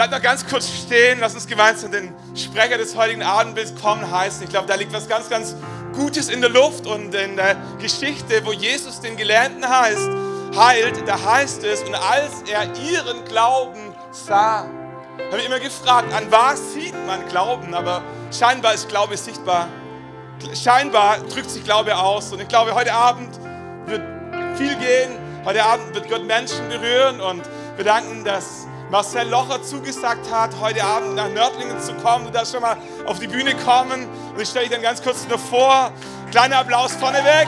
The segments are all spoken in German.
Bleib noch ganz kurz stehen, lass uns gemeinsam den Sprecher des heutigen Abendbilds kommen heißen. Ich glaube, da liegt was ganz, ganz Gutes in der Luft und in der Geschichte, wo Jesus den Gelähmten heilt, da heißt es, und als er ihren Glauben sah, habe ich immer gefragt, an was sieht man Glauben? Aber scheinbar ist Glaube sichtbar. Scheinbar drückt sich Glaube aus. Und ich glaube, heute Abend wird viel gehen. Heute Abend wird Gott Menschen berühren. Und wir danken, dass Marcel Locher zugesagt hat, heute Abend nach Nördlingen zu kommen. Du darfst schon mal auf die Bühne kommen. Und ich stelle dich dann ganz kurz noch vor. Kleiner Applaus vorneweg.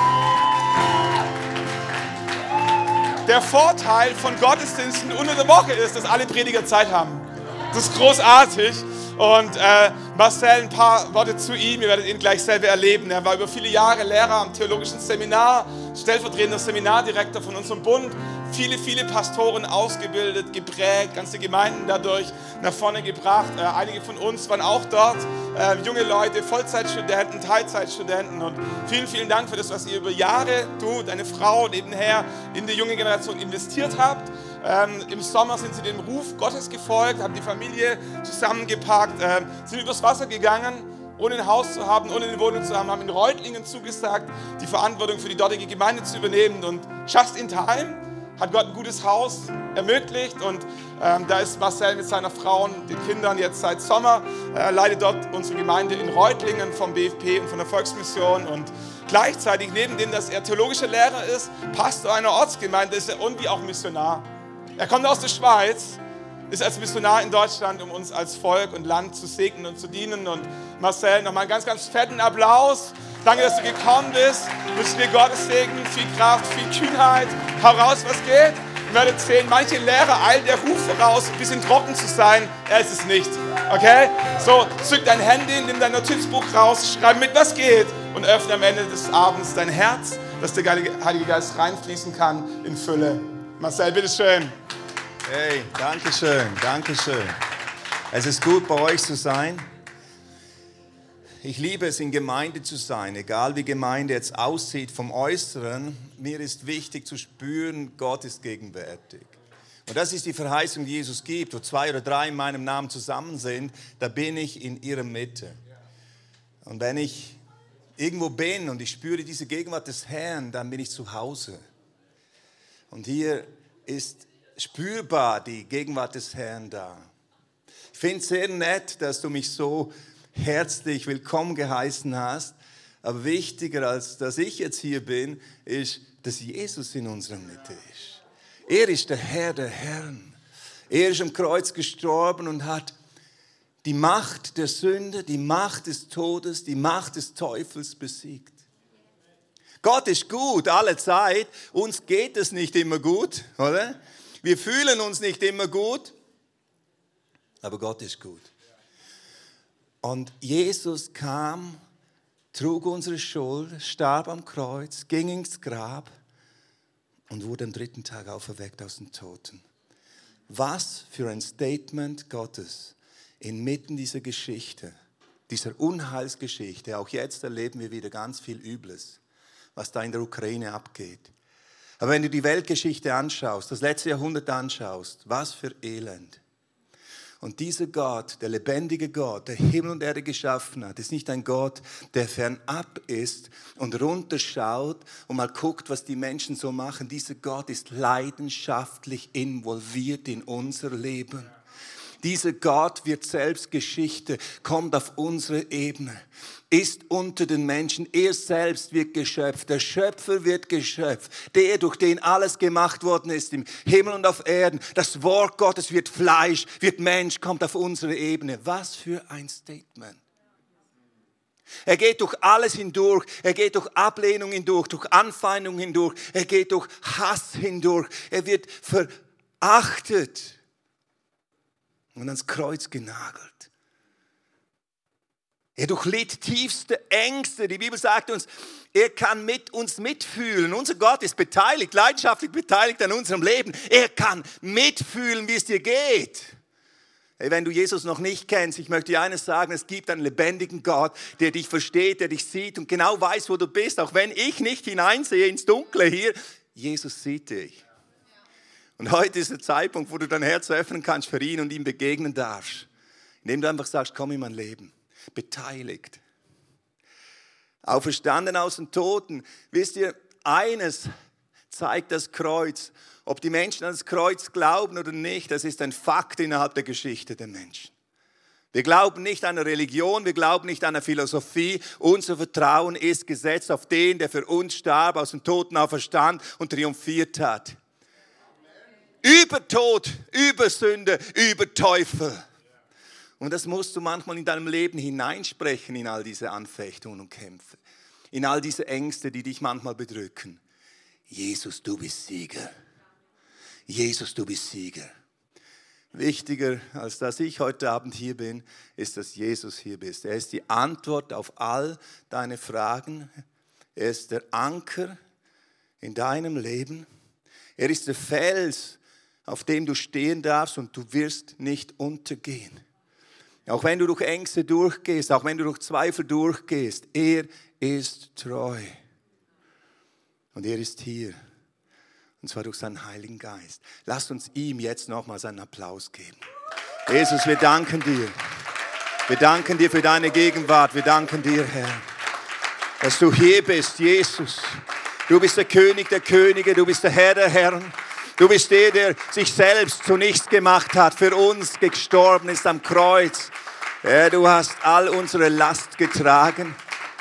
Der Vorteil von Gottesdiensten unter der Woche ist, dass alle Prediger Zeit haben. Das ist großartig. Und Marcel, ein paar Worte zu ihm. Ihr werdet ihn gleich selber erleben. Er war über viele Jahre Lehrer am theologischen Seminar, stellvertretender Seminardirektor von unserem Bund. Viele, viele Pastoren ausgebildet, geprägt, ganze Gemeinden dadurch nach vorne gebracht. Einige von uns waren auch dort. Junge Leute, Vollzeitstudenten, Teilzeitstudenten. Und vielen, vielen Dank für das, was ihr über Jahre, du, deine Frau nebenher in die junge Generation investiert habt. Im Sommer sind sie dem Ruf Gottes gefolgt, haben die Familie zusammengepackt, sind übers Wasser gegangen, ohne ein Haus zu haben, ohne eine Wohnung zu haben, haben in Reutlingen zugesagt, die Verantwortung für die dortige Gemeinde zu übernehmen. Und just in time hat Gott ein gutes Haus ermöglicht. Und da ist Marcel mit seiner Frau und den Kindern jetzt seit Sommer, leitet dort unsere Gemeinde in Reutlingen vom BFP und von der Volksmission. Und gleichzeitig, neben dem, dass er theologischer Lehrer ist, Pastor einer Ortsgemeinde, ist er irgendwie auch Missionar. Er kommt aus der Schweiz, ist als Missionar in Deutschland, um uns als Volk und Land zu segnen und zu dienen. Und Marcel, nochmal einen ganz, ganz fetten Applaus. Danke, dass du gekommen bist. Ich wünsche dir Gottes Segen, viel Kraft, viel Kühnheit. Hau raus, was geht. Ihr werdet sehen, manche Lehrer eilen der Ruf voraus, ein bisschen trocken zu sein. Er ist es nicht. Okay? So, zück dein Handy, nimm dein Notizbuch raus, schreib mit, was geht. Und öffne am Ende des Abends dein Herz, dass der Heilige Geist reinfließen kann in Fülle. Marcel, bitteschön. Hey, danke schön, danke schön. Es ist gut, bei euch zu sein. Ich liebe es, in Gemeinde zu sein, egal wie Gemeinde jetzt aussieht vom Äußeren. Mir ist wichtig zu spüren, Gott ist gegenwärtig. Und das ist die Verheißung, die Jesus gibt. Wo 2 oder 3 in meinem Namen zusammen sind, da bin ich in ihrer Mitte. Und wenn ich irgendwo bin und ich spüre diese Gegenwart des Herrn, dann bin ich zu Hause. Und hier ist spürbar die Gegenwart des Herrn da. Ich finde es sehr nett, dass du mich so herzlich willkommen geheißen hast. Aber wichtiger als dass ich jetzt hier bin, ist, dass Jesus in unserer Mitte ist. Er ist der Herr der Herren. Er ist am Kreuz gestorben und hat die Macht der Sünde, die Macht des Todes, die Macht des Teufels besiegt. Gott ist gut, alle Zeit. Uns geht es nicht immer gut, oder? Wir fühlen uns nicht immer gut, aber Gott ist gut. Und Jesus kam, trug unsere Schuld, starb am Kreuz, ging ins Grab und wurde am 3. Tag auferweckt aus den Toten. Was für ein Statement Gottes inmitten dieser Geschichte, dieser Unheilsgeschichte. Auch jetzt erleben wir wieder ganz viel Übles, was da in der Ukraine abgeht. Aber wenn du die Weltgeschichte anschaust, das letzte Jahrhundert anschaust, was für Elend. Und dieser Gott, der lebendige Gott, der Himmel und Erde geschaffen hat, ist nicht ein Gott, der fernab ist und runterschaut und mal guckt, was die Menschen so machen. Dieser Gott ist leidenschaftlich involviert in unser Leben. Dieser Gott wird selbst Geschichte, kommt auf unsere Ebene, ist unter den Menschen. Er selbst wird geschöpft, der Schöpfer wird geschöpft, der, durch den alles gemacht worden ist, im Himmel und auf Erden. Das Wort Gottes wird Fleisch, wird Mensch, kommt auf unsere Ebene. Was für ein Statement. Er geht durch alles hindurch, er geht durch Ablehnung hindurch, durch Anfeindung hindurch, er geht durch Hass hindurch, er wird verachtet und ans Kreuz genagelt. Er durchlitt tiefste Ängste. Die Bibel sagt uns, er kann mit uns mitfühlen. Unser Gott ist beteiligt, leidenschaftlich beteiligt an unserem Leben. Er kann mitfühlen, wie es dir geht. Hey, wenn du Jesus noch nicht kennst, ich möchte dir eines sagen, es gibt einen lebendigen Gott, der dich versteht, der dich sieht und genau weiß, wo du bist. Auch wenn ich nicht hineinsehe ins Dunkle hier, Jesus sieht dich. Und heute ist der Zeitpunkt, wo du dein Herz öffnen kannst für ihn und ihm begegnen darfst. Indem du einfach sagst, komm in mein Leben. Beteiligt. Auferstanden aus den Toten. Wisst ihr, eines zeigt das Kreuz. Ob die Menschen an das Kreuz glauben oder nicht, das ist ein Fakt innerhalb der Geschichte der Menschen. Wir glauben nicht an eine Religion, wir glauben nicht an eine Philosophie. Unser Vertrauen ist gesetzt auf den, der für uns starb, aus den Toten auferstand und triumphiert hat. Über Tod, über Sünde, über Teufel. Und das musst du manchmal in deinem Leben hineinsprechen, in all diese Anfechtungen und Kämpfe. In all diese Ängste, die dich manchmal bedrücken. Jesus, du bist Sieger. Jesus, du bist Sieger. Wichtiger, als dass ich heute Abend hier bin, ist, dass Jesus hier bist. Er ist die Antwort auf all deine Fragen. Er ist der Anker in deinem Leben. Er ist der Fels, auf dem du stehen darfst und du wirst nicht untergehen. Auch wenn du durch Ängste durchgehst, auch wenn du durch Zweifel durchgehst, er ist treu. Und er ist hier. Und zwar durch seinen Heiligen Geist. Lasst uns ihm jetzt nochmals einen Applaus geben. Jesus, wir danken dir. Wir danken dir für deine Gegenwart. Wir danken dir, Herr, dass du hier bist, Jesus. Du bist der König der Könige. Du bist der Herr der Herren. Du bist der sich selbst zu nichts gemacht hat, für uns gestorben ist am Kreuz. Ja, du hast all unsere Last getragen.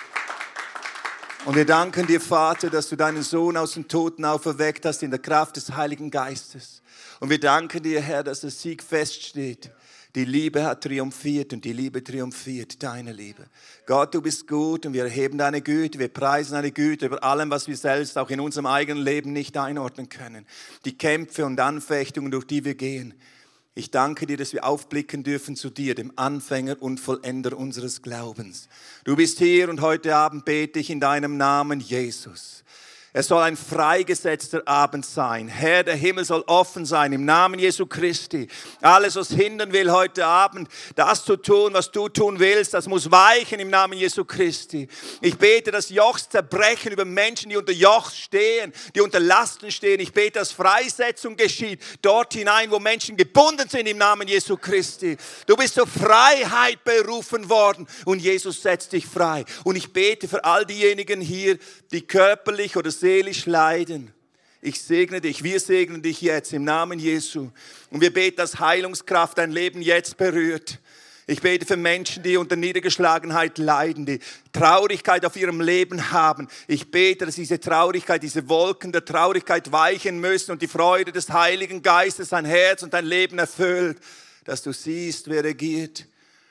Und wir danken dir, Vater, dass du deinen Sohn aus den Toten auferweckt hast in der Kraft des Heiligen Geistes. Und wir danken dir, Herr, dass der Sieg feststeht. Die Liebe hat triumphiert und die Liebe triumphiert, deine Liebe. Gott, du bist gut und wir erheben deine Güte, wir preisen deine Güte über allem, was wir selbst auch in unserem eigenen Leben nicht einordnen können. Die Kämpfe und Anfechtungen, durch die wir gehen. Ich danke dir, dass wir aufblicken dürfen zu dir, dem Anfänger und Vollender unseres Glaubens. Du bist hier und heute Abend bete ich in deinem Namen, Jesus. Es soll ein freigesetzter Abend sein. Herr, der Himmel soll offen sein im Namen Jesu Christi. Alles, was hindern will heute Abend, das zu tun, was du tun willst, das muss weichen im Namen Jesu Christi. Ich bete, dass Jochs zerbrechen über Menschen, die unter Joch stehen, die unter Lasten stehen. Ich bete, dass Freisetzung geschieht dort hinein, wo Menschen gebunden sind im Namen Jesu Christi. Du bist zur Freiheit berufen worden und Jesus setzt dich frei. Und ich bete für all diejenigen hier, die körperlich oder seelisch leiden. Ich segne dich, wir segnen dich jetzt im Namen Jesu. Und wir beten, dass Heilungskraft dein Leben jetzt berührt. Ich bete für Menschen, die unter Niedergeschlagenheit leiden, die Traurigkeit auf ihrem Leben haben. Ich bete, dass diese Traurigkeit, diese Wolken der Traurigkeit weichen müssen und die Freude des Heiligen Geistes dein Herz und dein Leben erfüllt. Dass du siehst, wer regiert.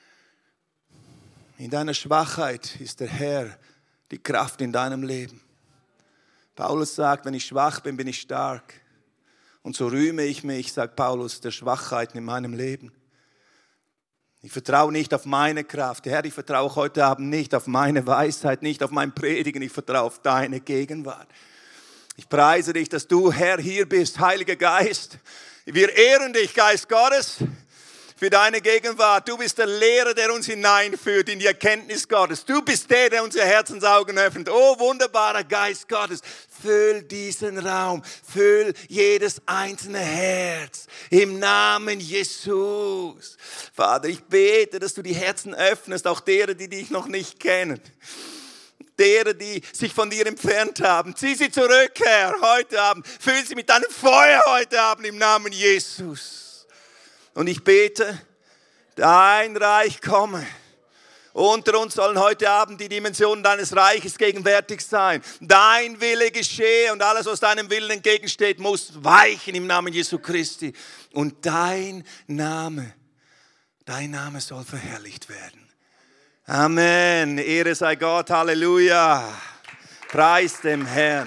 In deiner Schwachheit ist der Herr die Kraft in deinem Leben. Paulus sagt, wenn ich schwach bin, bin ich stark. Und so rühme ich mich, sagt Paulus, der Schwachheiten in meinem Leben. Ich vertraue nicht auf meine Kraft. Herr, ich vertraue heute Abend nicht auf meine Weisheit, nicht auf mein Predigen. Ich vertraue auf deine Gegenwart. Ich preise dich, dass du, Herr, hier bist, Heiliger Geist. Wir ehren dich, Geist Gottes, für deine Gegenwart. Du bist der Lehrer, der uns hineinführt in die Erkenntnis Gottes. Du bist der unsere Herzensaugen öffnet. Oh, wunderbarer Geist Gottes, füll diesen Raum, füll jedes einzelne Herz im Namen Jesus. Vater, ich bete, dass du die Herzen öffnest, auch derer, die dich noch nicht kennen. Derer, die sich von dir entfernt haben. Zieh sie zurück, Herr, heute Abend. Füll sie mit deinem Feuer heute Abend im Namen Jesus. Und ich bete, dein Reich komme. Unter uns sollen heute Abend die Dimensionen deines Reiches gegenwärtig sein. Dein Wille geschehe und alles, was deinem Willen entgegensteht, muss weichen im Namen Jesu Christi. Und dein Name soll verherrlicht werden. Amen. Ehre sei Gott. Halleluja. Preis dem Herrn.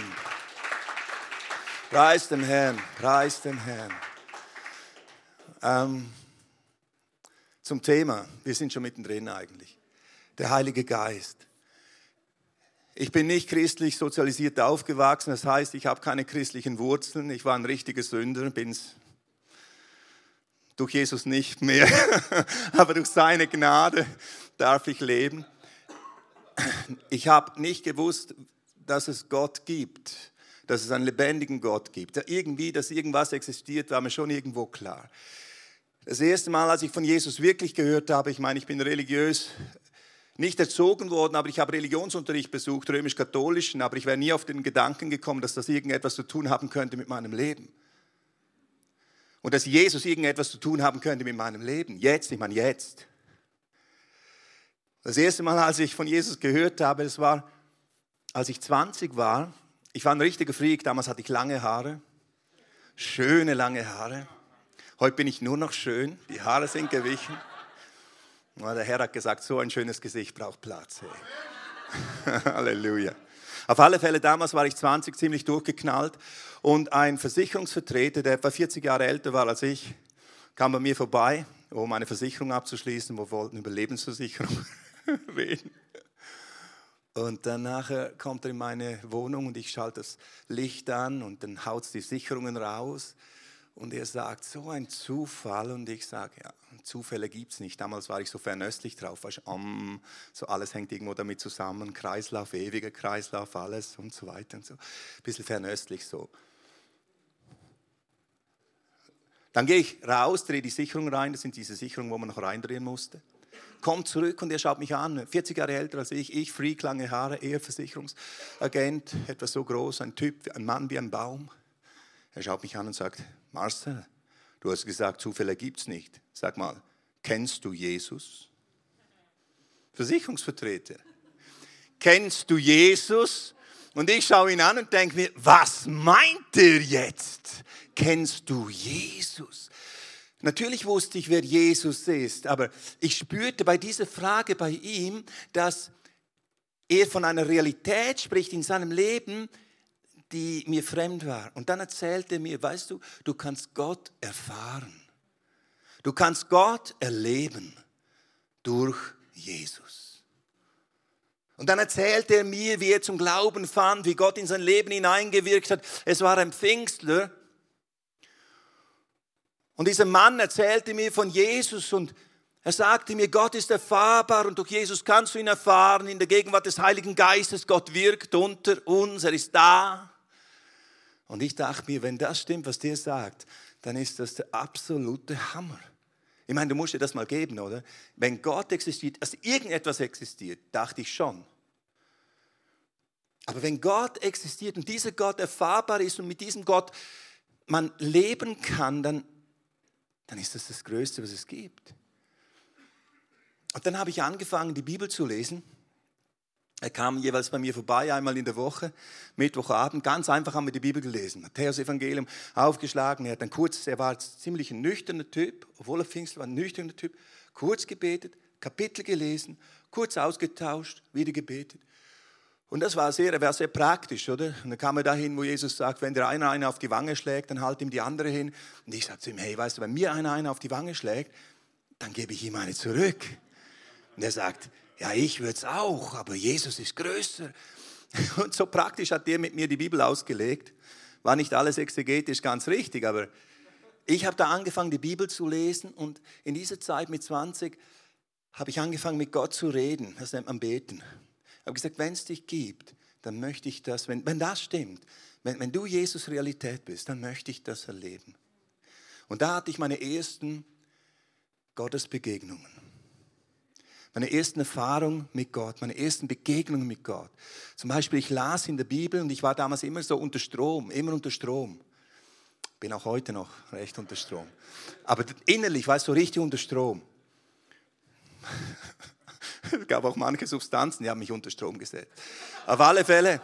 Preis dem Herrn. Preis dem Herrn. Zum Thema, wir sind schon mittendrin eigentlich, der Heilige Geist. Ich bin nicht christlich sozialisiert aufgewachsen, das heißt, ich habe keine christlichen Wurzeln, ich war ein richtiger Sünder, bin es durch Jesus nicht mehr, aber durch seine Gnade darf ich leben. Ich habe nicht gewusst, dass es Gott gibt, dass es einen lebendigen Gott gibt. Irgendwie, dass irgendwas existiert, war mir schon irgendwo klar. Das erste Mal, als ich von Jesus wirklich gehört habe, ich meine, ich bin religiös nicht erzogen worden, aber ich habe Religionsunterricht besucht, römisch-katholischen, aber ich wäre nie auf den Gedanken gekommen, dass das irgendetwas zu tun haben könnte mit meinem Leben. Und dass Jesus irgendetwas zu tun haben könnte mit meinem Leben. Jetzt, ich meine jetzt. Das erste Mal, als ich von Jesus gehört habe, das war, als ich 20 war. Ich war ein richtiger Freak, damals hatte ich lange Haare, schöne lange Haare. Heute bin ich nur noch schön, die Haare sind gewichen. Der Herr hat gesagt, so ein schönes Gesicht braucht Platz. Hey. Halleluja. Auf alle Fälle, damals war ich 20, ziemlich durchgeknallt. Und ein Versicherungsvertreter, der etwa 40 Jahre älter war als ich, kam bei mir vorbei, um eine Versicherung abzuschließen. Wir wollten über Lebensversicherung reden. Und dann nachher kommt er in meine Wohnung und ich schalte das Licht an und dann haut es die Sicherungen raus. Und er sagt, so ein Zufall. Und ich sage, ja, Zufälle gibt es nicht. Damals war ich so fernöstlich drauf. So alles hängt irgendwo damit zusammen. Kreislauf, ewiger Kreislauf, alles und so weiter. Und so. Ein bisschen fernöstlich so. Dann gehe ich raus, drehe die Sicherung rein. Das sind diese Sicherungen, wo man noch reindrehen musste. Kommt zurück und er schaut mich an. 40 Jahre älter als ich, Freak, lange Haare, eher Versicherungsagent, etwas so groß, ein Typ, ein Mann wie ein Baum. Er schaut mich an und sagt, Marcel, du hast gesagt, Zufälle gibt es nicht. Sag mal, kennst du Jesus? Versicherungsvertreter. Kennst du Jesus? Und ich schaue ihn an und denke mir, was meint er jetzt? Kennst du Jesus? Natürlich wusste ich, wer Jesus ist, aber ich spürte bei dieser Frage bei ihm, dass er von einer Realität spricht in seinem Leben, die mir fremd war. Und dann erzählte er mir, weißt du, du kannst Gott erfahren. Du kannst Gott erleben durch Jesus. Und dann erzählte er mir, wie er zum Glauben fand, wie Gott in sein Leben hineingewirkt hat. Es war ein Pfingstler. Und dieser Mann erzählte mir von Jesus und er sagte mir, Gott ist erfahrbar und durch Jesus kannst du ihn erfahren. In der Gegenwart des Heiligen Geistes, Gott wirkt unter uns, er ist da. Und ich dachte mir, wenn das stimmt, was der sagt, dann ist das der absolute Hammer. Ich meine, du musst dir das mal geben, oder? Wenn Gott existiert, also irgendetwas existiert, dachte ich schon. Aber wenn Gott existiert und dieser Gott erfahrbar ist und mit diesem Gott man leben kann, dann ist das das Größte, was es gibt. Und dann habe ich angefangen, die Bibel zu lesen. Er kam jeweils bei mir vorbei, einmal in der Woche, Mittwochabend. Ganz einfach haben wir die Bibel gelesen. Matthäus-Evangelium aufgeschlagen. Er war ziemlich ein nüchterner Typ, obwohl er Pfingstler war, ein nüchterner Typ. Kurz gebetet, Kapitel gelesen, kurz ausgetauscht, wieder gebetet. Und er war sehr praktisch, oder? Und dann kam er dahin, wo Jesus sagt, wenn der eine auf die Wange schlägt, dann halt ihm die andere hin. Und ich sagte zu ihm, hey, weißt du, wenn mir einer auf die Wange schlägt, dann gebe ich ihm eine zurück. Und er sagt, ja, ich würde es auch, aber Jesus ist größer. Und so praktisch hat der mit mir die Bibel ausgelegt. War nicht alles exegetisch ganz richtig, aber ich habe da angefangen, die Bibel zu lesen. Und in dieser Zeit mit 20 habe ich angefangen, mit Gott zu reden. Das nennt man Beten. Ich habe gesagt, wenn es dich gibt, dann möchte ich das, wenn das stimmt, wenn du Jesus Realität bist, dann möchte ich das erleben. Und da hatte ich meine ersten Gottesbegegnungen. Meine ersten Erfahrungen mit Gott, meine ersten Begegnungen mit Gott. Zum Beispiel, ich las in der Bibel und ich war damals immer so unter Strom, Bin auch heute noch recht unter Strom. Aber innerlich war es so richtig unter Strom. Es gab auch manche Substanzen, die haben mich unter Strom gesetzt. Auf alle Fälle,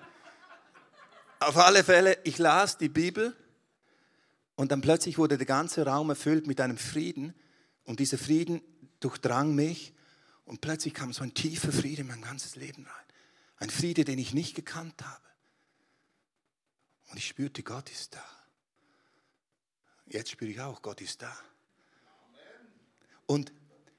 ich las die Bibel und dann plötzlich wurde der ganze Raum erfüllt mit einem Frieden und dieser Frieden durchdrang mich und plötzlich kam so ein tiefer Friede in mein ganzes Leben rein. Ein Friede, den ich nicht gekannt habe. Und ich spürte, Gott ist da. Jetzt spüre ich auch, Gott ist da. Und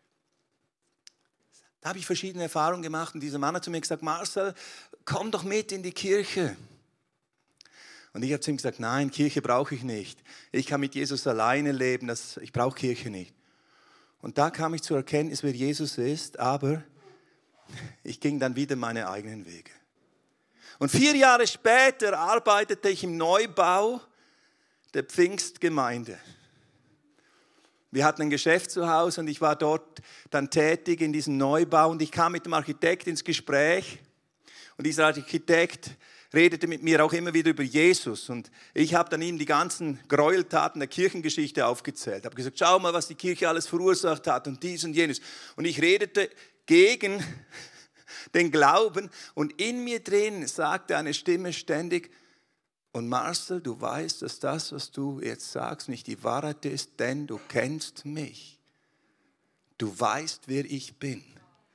da habe ich verschiedene Erfahrungen gemacht und dieser Mann hat zu mir gesagt, Marcel, komm doch mit in die Kirche. Und ich habe zu ihm gesagt, nein, Kirche brauche ich nicht. Ich kann mit Jesus alleine leben, ich brauche Kirche nicht. Und da kam ich zur Erkenntnis, wer Jesus ist, aber ich ging dann wieder meine eigenen Wege. Und 4 Jahre später arbeitete ich im Neubau der Pfingstgemeinde. Wir hatten ein Geschäft zu Hause und ich war dort dann tätig in diesem Neubau und ich kam mit dem Architekt ins Gespräch und dieser Architekt redete mit mir auch immer wieder über Jesus und ich habe dann ihm die ganzen Gräueltaten der Kirchengeschichte aufgezählt. Ich habe gesagt, schau mal, was die Kirche alles verursacht hat und dies und jenes. Und ich redete gegen den Glauben und in mir drin sagte eine Stimme ständig, und Marcel, du weißt, dass das, was du jetzt sagst, nicht die Wahrheit ist, denn du kennst mich. Du weißt, wer ich bin.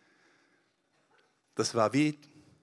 Das war wie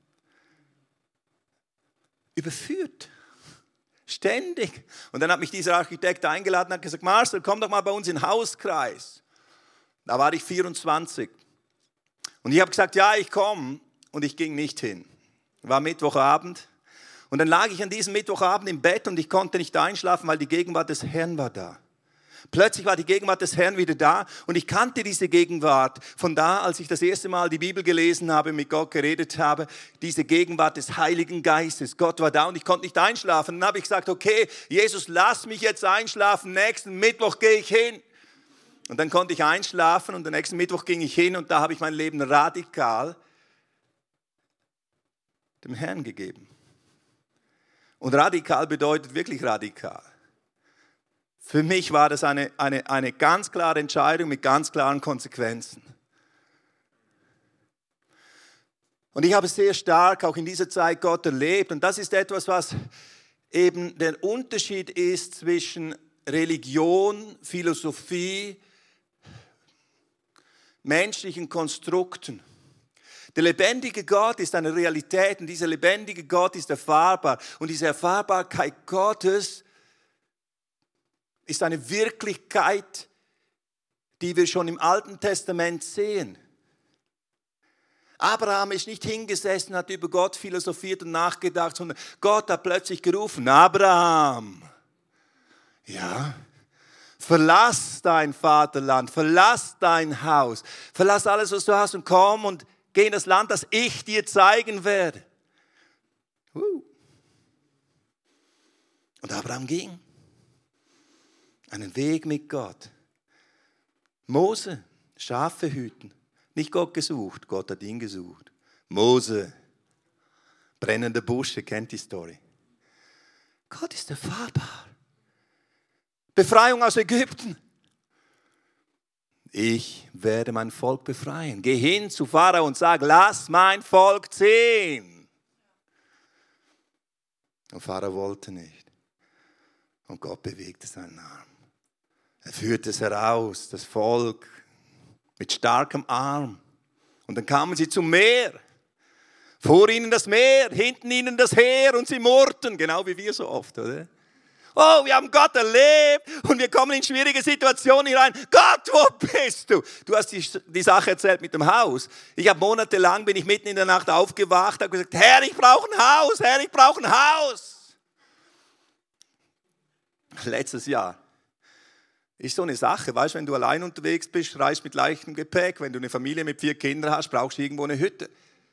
überführt. Ständig. Und dann hat mich dieser Architekt eingeladen und hat gesagt, Marcel, komm doch mal bei uns in den Hauskreis. Da war ich 24. Und ich habe gesagt, ja, ich komme. Und ich ging nicht hin. War Mittwochabend. Und dann lag ich an diesem Mittwochabend im Bett und ich konnte nicht einschlafen, weil die Gegenwart des Herrn war da. Plötzlich war die Gegenwart des Herrn wieder da und ich kannte diese Gegenwart von da, als ich das erste Mal die Bibel gelesen habe, mit Gott geredet habe, diese Gegenwart des Heiligen Geistes. Gott war da und ich konnte nicht einschlafen. Dann habe ich gesagt, okay, Jesus, lass mich jetzt einschlafen, nächsten Mittwoch gehe ich hin. Und dann konnte ich einschlafen und den nächsten Mittwoch ging ich hin und da habe ich mein Leben radikal dem Herrn gegeben. Und radikal bedeutet wirklich radikal. Für mich war das eine ganz klare Entscheidung mit ganz klaren Konsequenzen. Und ich habe sehr stark auch in dieser Zeit Gott erlebt. Und das ist etwas, was eben der Unterschied ist zwischen Religion, Philosophie, menschlichen Konstrukten. Der lebendige Gott ist eine Realität und dieser lebendige Gott ist erfahrbar. Und diese Erfahrbarkeit Gottes ist eine Wirklichkeit, die wir schon im Alten Testament sehen. Abraham ist nicht hingesessen, hat über Gott philosophiert und nachgedacht, sondern Gott hat plötzlich gerufen, Abraham, ja, verlass dein Vaterland, verlass dein Haus, verlass alles, was du hast und komm und geh in das Land, das ich dir zeigen werde. Und Abraham ging einen Weg mit Gott. Mose, Schafe hüten. Nicht Gott gesucht, Gott hat ihn gesucht. Mose, brennende Busche, kennt die Story. Gott ist erfahrbar. Befreiung aus Ägypten. Ich werde mein Volk befreien. Geh hin zu Pharao und sag, lass mein Volk ziehen. Und Pharao wollte nicht. Und Gott bewegte seinen Arm. Er führte es heraus, das Volk, mit starkem Arm. Und dann kamen sie zum Meer. Vor ihnen das Meer, hinten ihnen das Heer und sie murrten. Genau wie wir so oft, oder? Oh, wir haben Gott erlebt und wir kommen in schwierige Situationen hinein. Gott, wo bist du? Du hast die Sache erzählt mit dem Haus. Ich habe monatelang, bin ich mitten in der Nacht aufgewacht, habe gesagt, Herr, ich brauche ein Haus, Herr, ich brauche ein Haus. Letztes Jahr. Ist so eine Sache, weißt du, wenn du allein unterwegs bist, reist mit leichtem Gepäck, wenn du eine Familie mit 4 Kindern hast, brauchst du irgendwo eine Hütte.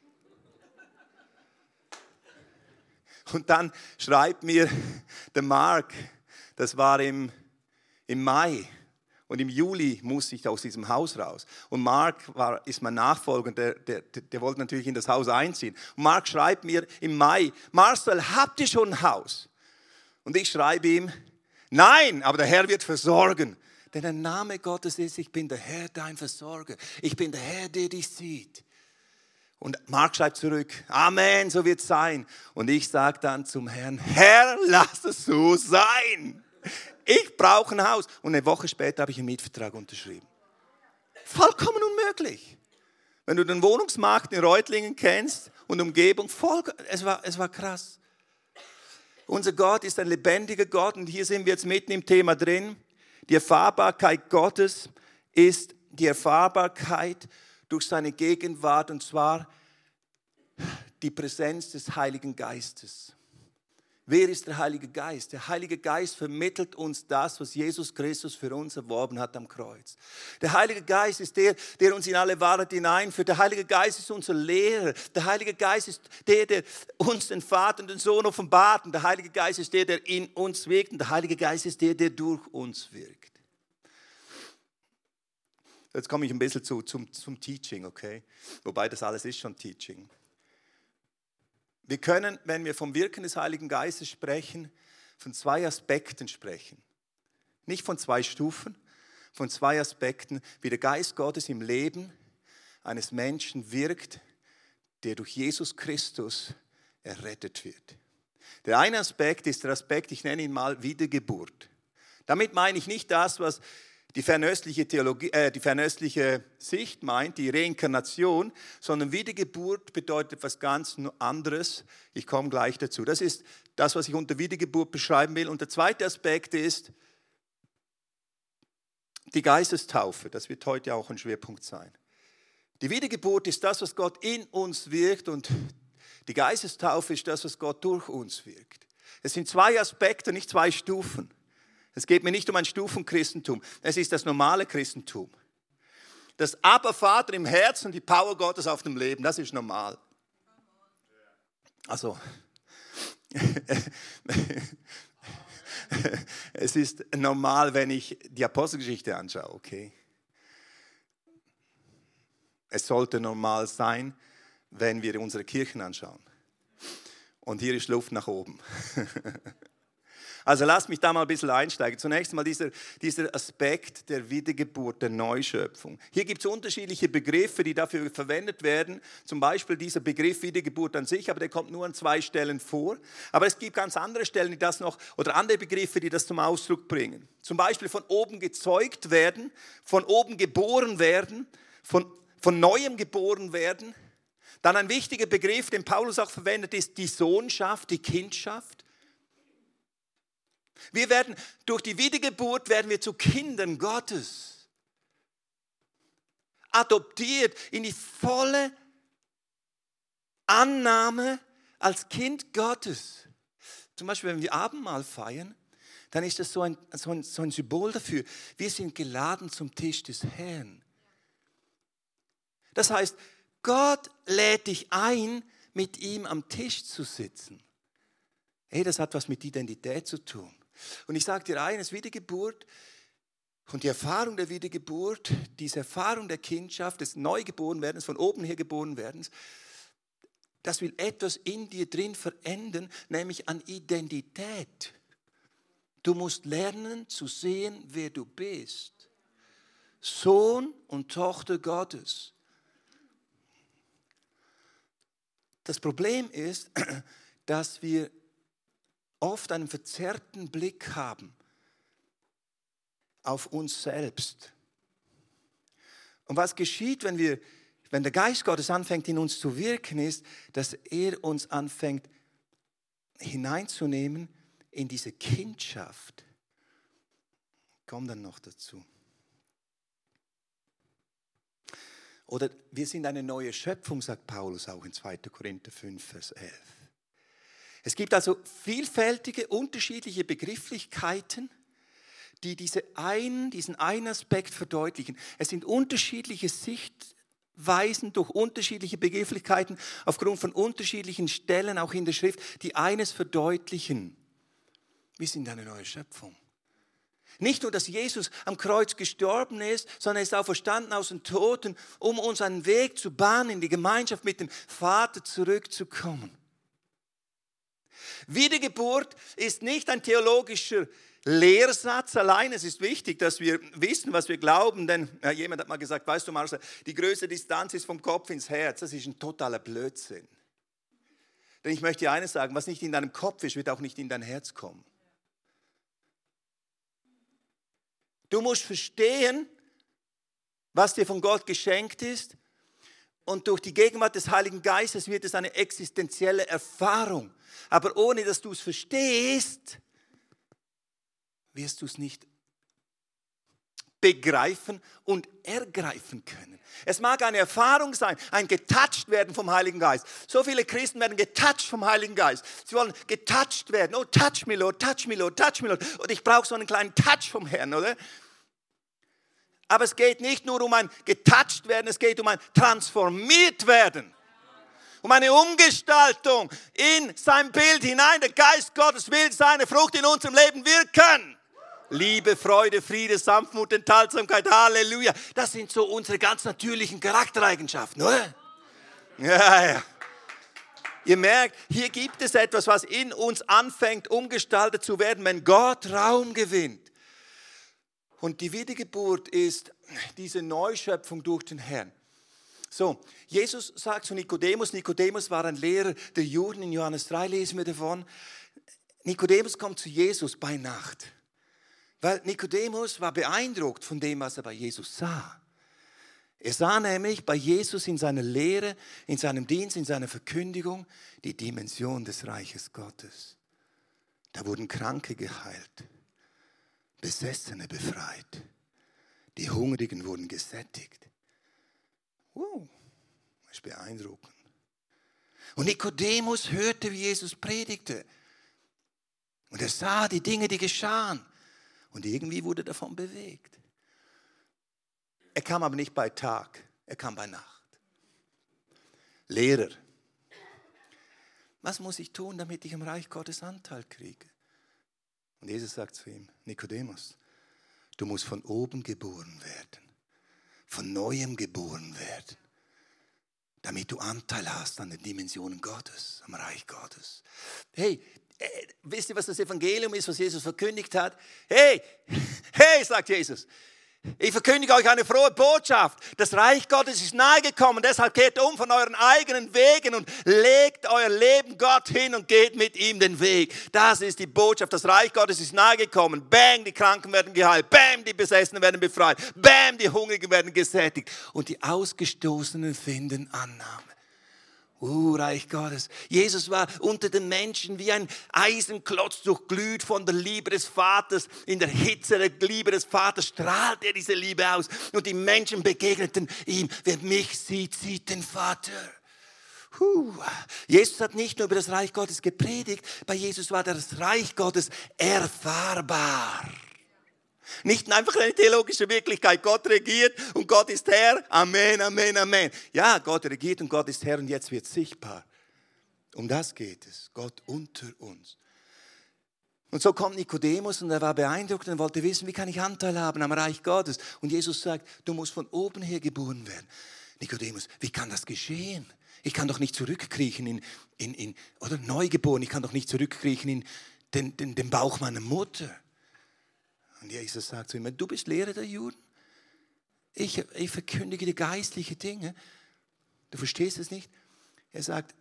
Und dann schreibt mir der Mark, das war im Mai und im Juli musste ich aus diesem Haus raus. Und Mark ist mein Nachfolger und der wollte natürlich in das Haus einziehen. Und Mark schreibt mir im Mai, Marcel, habt ihr schon ein Haus? Und ich schreibe ihm, nein, aber der Herr wird versorgen. Denn der Name Gottes ist, ich bin der Herr, dein Versorger. Ich bin der Herr, der dich sieht. Und Mark schreibt zurück, Amen, so wird es sein. Und ich sage dann zum Herrn, Herr, lass es so sein. Ich brauche ein Haus. Und eine Woche später habe ich einen Mietvertrag unterschrieben. Vollkommen unmöglich. Wenn du den Wohnungsmarkt in Reutlingen kennst und Umgebung, es war krass. Unser Gott ist ein lebendiger Gott und hier sind wir jetzt mitten im Thema drin. Die Erfahrbarkeit Gottes ist die Erfahrbarkeit durch seine Gegenwart und zwar die Präsenz des Heiligen Geistes. Wer ist der Heilige Geist? Der Heilige Geist vermittelt uns das, was Jesus Christus für uns erworben hat am Kreuz. Der Heilige Geist ist der, der uns in alle Wahrheit hineinführt. Der Heilige Geist ist unser Lehrer. Der Heilige Geist ist der, der uns den Vater und den Sohn offenbart. Und der Heilige Geist ist der, der in uns wirkt. Und der Heilige Geist ist der, der durch uns wirkt. Jetzt komme ich ein bisschen zum Teaching, okay? Wobei das alles ist schon Teaching. Wir können, wenn wir vom Wirken des Heiligen Geistes sprechen, von 2 Aspekten sprechen. Nicht von 2 Stufen, von 2 Aspekten, wie der Geist Gottes im Leben eines Menschen wirkt, der durch Jesus Christus errettet wird. Der eine Aspekt ist der Aspekt, ich nenne ihn mal Wiedergeburt. Damit meine ich nicht das, was die fernöstliche Sicht meint, die Reinkarnation, sondern Wiedergeburt bedeutet etwas ganz anderes. Ich komme gleich dazu. Das ist das, was ich unter Wiedergeburt beschreiben will. Und der zweite Aspekt ist die Geistestaufe. Das wird heute auch ein Schwerpunkt sein. Die Wiedergeburt ist das, was Gott in uns wirkt, und die Geistestaufe ist das, was Gott durch uns wirkt. Es sind 2 Aspekte, nicht 2 Stufen. Es geht mir nicht um ein Stufenchristentum. Es ist das normale Christentum. Das Abba Vater im Herzen und die Power Gottes auf dem Leben, das ist normal. Also, es ist normal, wenn ich die Apostelgeschichte anschaue, okay? Es sollte normal sein, wenn wir unsere Kirchen anschauen. Und hier ist Luft nach oben. Also lasst mich da mal ein bisschen einsteigen. Zunächst mal dieser Aspekt der Wiedergeburt, der Neuschöpfung. Hier gibt es unterschiedliche Begriffe, die dafür verwendet werden. Zum Beispiel dieser Begriff Wiedergeburt an sich, aber der kommt nur an 2 Stellen vor. Aber es gibt ganz andere Stellen, die das noch, oder andere Begriffe, die das zum Ausdruck bringen. Zum Beispiel von oben gezeugt werden, von oben geboren werden, von Neuem geboren werden. Dann ein wichtiger Begriff, den Paulus auch verwendet, ist die Sohnschaft, die Kindschaft. Durch die Wiedergeburt werden wir zu Kindern Gottes. Adoptiert in die volle Annahme als Kind Gottes. Zum Beispiel, wenn wir Abendmahl feiern, dann ist das so ein Symbol dafür. Wir sind geladen zum Tisch des Herrn. Das heißt, Gott lädt dich ein, mit ihm am Tisch zu sitzen. Hey, das hat was mit Identität zu tun. Und ich sage dir eines, Wiedergeburt und die Erfahrung der Wiedergeburt, diese Erfahrung der Kindschaft, des Neugeborenwerdens, von oben her Geborenwerdens, das will etwas in dir drin verändern, nämlich an Identität. Du musst lernen zu sehen, wer du bist. Sohn und Tochter Gottes. Das Problem ist, dass wir oft einen verzerrten Blick haben auf uns selbst. Und was geschieht, wenn der Geist Gottes anfängt, in uns zu wirken, ist, dass er uns anfängt hineinzunehmen in diese Kindschaft. Ich komme dann noch dazu. Oder wir sind eine neue Schöpfung, sagt Paulus auch in 2. Korinther 5, Vers 11. Es gibt also vielfältige, unterschiedliche Begrifflichkeiten, die diesen einen Aspekt verdeutlichen. Es sind unterschiedliche Sichtweisen durch unterschiedliche Begrifflichkeiten aufgrund von unterschiedlichen Stellen, auch in der Schrift, die eines verdeutlichen. Wir sind eine neue Schöpfung. Nicht nur, dass Jesus am Kreuz gestorben ist, sondern er ist auch verstanden aus den Toten, um uns einen Weg zu bahnen, in die Gemeinschaft mit dem Vater zurückzukommen. Wiedergeburt ist nicht ein theologischer Lehrsatz allein. Es ist wichtig, dass wir wissen, was wir glauben, denn jemand hat mal gesagt, weißt du Marcel, die größte Distanz ist vom Kopf ins Herz. Das ist ein totaler Blödsinn. Denn ich möchte dir eines sagen, was nicht in deinem Kopf ist, wird auch nicht in dein Herz kommen. Du musst verstehen, was dir von Gott geschenkt ist, und durch die Gegenwart des Heiligen Geistes wird es eine existenzielle Erfahrung. Aber ohne dass du es verstehst, wirst du es nicht begreifen und ergreifen können. Es mag eine Erfahrung sein, ein getouched werden vom Heiligen Geist. So viele Christen werden getouched vom Heiligen Geist. Sie wollen getouched werden. Oh, touch me, Lord, touch me, Lord, touch me, Lord. Und ich brauche so einen kleinen Touch vom Herrn, oder? Aber es geht nicht nur um ein getouched werden, es geht um ein transformiert werden. Um eine Umgestaltung in sein Bild hinein. Der Geist Gottes will seine Frucht in unserem Leben wirken. Liebe, Freude, Friede, Sanftmut, Enthaltsamkeit, Halleluja. Das sind so unsere ganz natürlichen Charaktereigenschaften, oder? Ja. Ihr merkt, hier gibt es etwas, was in uns anfängt, umgestaltet zu werden, wenn Gott Raum gewinnt. Und die Wiedergeburt ist diese Neuschöpfung durch den Herrn. So, Jesus sagt zu Nikodemus, Nikodemus war ein Lehrer der Juden, in Johannes 3 lesen wir davon. Nikodemus kommt zu Jesus bei Nacht. Weil Nikodemus war beeindruckt von dem, was er bei Jesus sah. Er sah nämlich bei Jesus in seiner Lehre, in seinem Dienst, in seiner Verkündigung die Dimension des Reiches Gottes. Da wurden Kranke geheilt, Besessene befreit, die Hungrigen wurden gesättigt. Wow, das ist beeindruckend. Und Nikodemus hörte, wie Jesus predigte. Und er sah die Dinge, die geschahen. Und irgendwie wurde er davon bewegt. Er kam aber nicht bei Tag, er kam bei Nacht. Lehrer, was muss ich tun, damit ich am Reich Gottes Anteil kriege? Und Jesus sagt zu ihm, Nikodemus, du musst von oben geboren werden, von Neuem geboren werden, damit du Anteil hast an den Dimensionen Gottes, am Reich Gottes. Hey, wisst ihr, was das Evangelium ist, was Jesus verkündigt hat? Hey, sagt Jesus, ich verkündige euch eine frohe Botschaft. Das Reich Gottes ist nahe gekommen, deshalb kehrt um von euren eigenen Wegen und legt euer Leben Gott hin und geht mit ihm den Weg. Das ist die Botschaft, das Reich Gottes ist nahe gekommen. Bang, die Kranken werden geheilt. Bam, die Besessenen werden befreit. Bam, die Hungrigen werden gesättigt. Und die Ausgestoßenen finden Annahme. Reich Gottes. Jesus war unter den Menschen wie ein Eisenklotz, durchglüht von der Liebe des Vaters. In der Hitze der Liebe des Vaters strahlt er diese Liebe aus. Und die Menschen begegneten ihm. Wer mich sieht, sieht den Vater. Jesus hat nicht nur über das Reich Gottes gepredigt. Bei Jesus war das Reich Gottes erfahrbar. Nicht einfach eine theologische Wirklichkeit. Gott regiert und Gott ist Herr. Amen, Amen, Amen. Ja, Gott regiert und Gott ist Herr und jetzt wird es sichtbar. Um das geht es. Gott unter uns. Und so kommt Nikodemus und er war beeindruckt und wollte wissen, wie kann ich Anteil haben am Reich Gottes? Und Jesus sagt, du musst von oben her geboren werden. Nikodemus, wie kann das geschehen? Ich kann doch nicht zurückkriechen oder neugeboren, ich kann doch nicht zurückkriechen in den Bauch meiner Mutter. Und Jesus sagt zu ihm, du bist Lehrer der Juden. Ich verkündige dir geistliche Dinge. Du verstehst es nicht? Er sagt,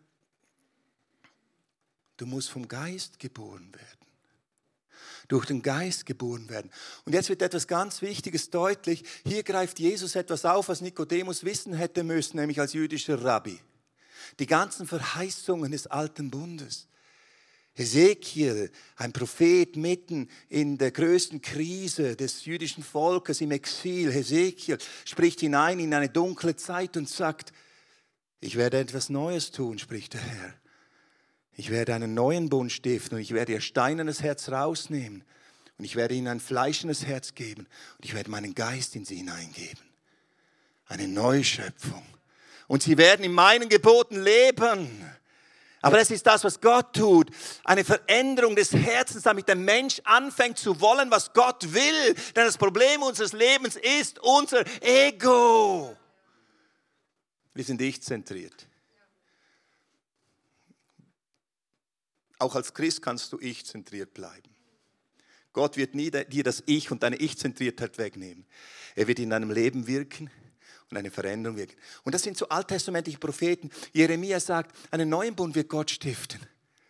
du musst vom Geist geboren werden. Durch den Geist geboren werden. Und jetzt wird etwas ganz Wichtiges deutlich. Hier greift Jesus etwas auf, was Nikodemus wissen hätte müssen, nämlich als jüdischer Rabbi. Die ganzen Verheißungen des Alten Bundes. Hesekiel, ein Prophet mitten in der größten Krise des jüdischen Volkes im Exil. Hesekiel spricht hinein in eine dunkle Zeit und sagt, ich werde etwas Neues tun, spricht der Herr. Ich werde einen neuen Bund stiften und ich werde ihr steinernes Herz rausnehmen und ich werde ihnen ein fleischendes Herz geben und ich werde meinen Geist in sie hineingeben. Eine Neuschöpfung. Und sie werden in meinen Geboten leben. Aber das ist das, was Gott tut. Eine Veränderung des Herzens, damit der Mensch anfängt zu wollen, was Gott will. Denn das Problem unseres Lebens ist unser Ego. Wir sind ich-zentriert. Auch als Christ kannst du ich-zentriert bleiben. Gott wird nie dir das Ich und deine Ich-Zentriertheit wegnehmen. Er wird in deinem Leben wirken. Und eine Veränderung wirken. Und das sind so alttestamentliche Propheten. Jeremia sagt, einen neuen Bund wird Gott stiften.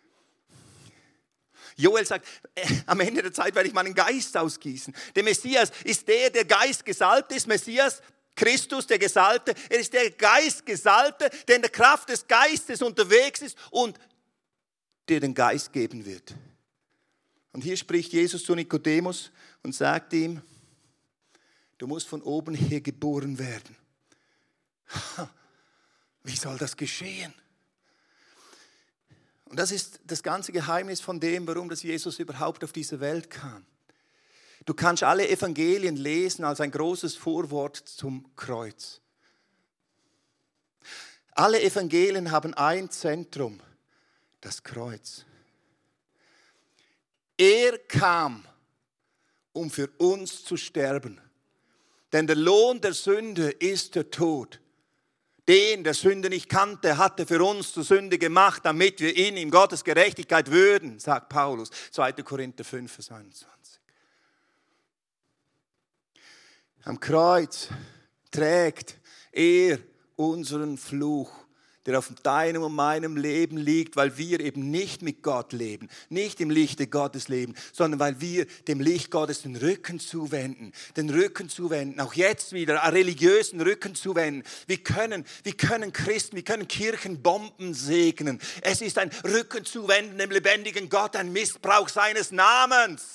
Joel sagt, am Ende der Zeit werde ich meinen Geist ausgießen. Der Messias ist der Geist gesalbt ist. Messias, Christus, der Gesalbte. Er ist der Geistgesalbte, der in der Kraft des Geistes unterwegs ist und der den Geist geben wird. Und hier spricht Jesus zu Nikodemus und sagt ihm, du musst von oben her geboren werden. Wie soll das geschehen? Und das ist das ganze Geheimnis von dem, warum das Jesus überhaupt auf diese Welt kam. Du kannst alle Evangelien lesen als ein großes Vorwort zum Kreuz. Alle Evangelien haben ein Zentrum, das Kreuz. Er kam, um für uns zu sterben. Denn der Lohn der Sünde ist der Tod. Den, der Sünde nicht kannte, hatte für uns zur Sünde gemacht, damit wir in ihm Gottes Gerechtigkeit würden, sagt Paulus, 2. Korinther 5, Vers 21. Am Kreuz trägt er unseren Fluch, der auf deinem und meinem Leben liegt, weil wir eben nicht mit Gott leben, nicht im Lichte Gottes leben, sondern weil wir dem Licht Gottes den Rücken zuwenden, auch jetzt wieder religiösen Rücken zuwenden. Wir können Christen, wir können Kirchenbomben segnen. Es ist ein Rücken zuwenden dem lebendigen Gott, ein Missbrauch seines Namens.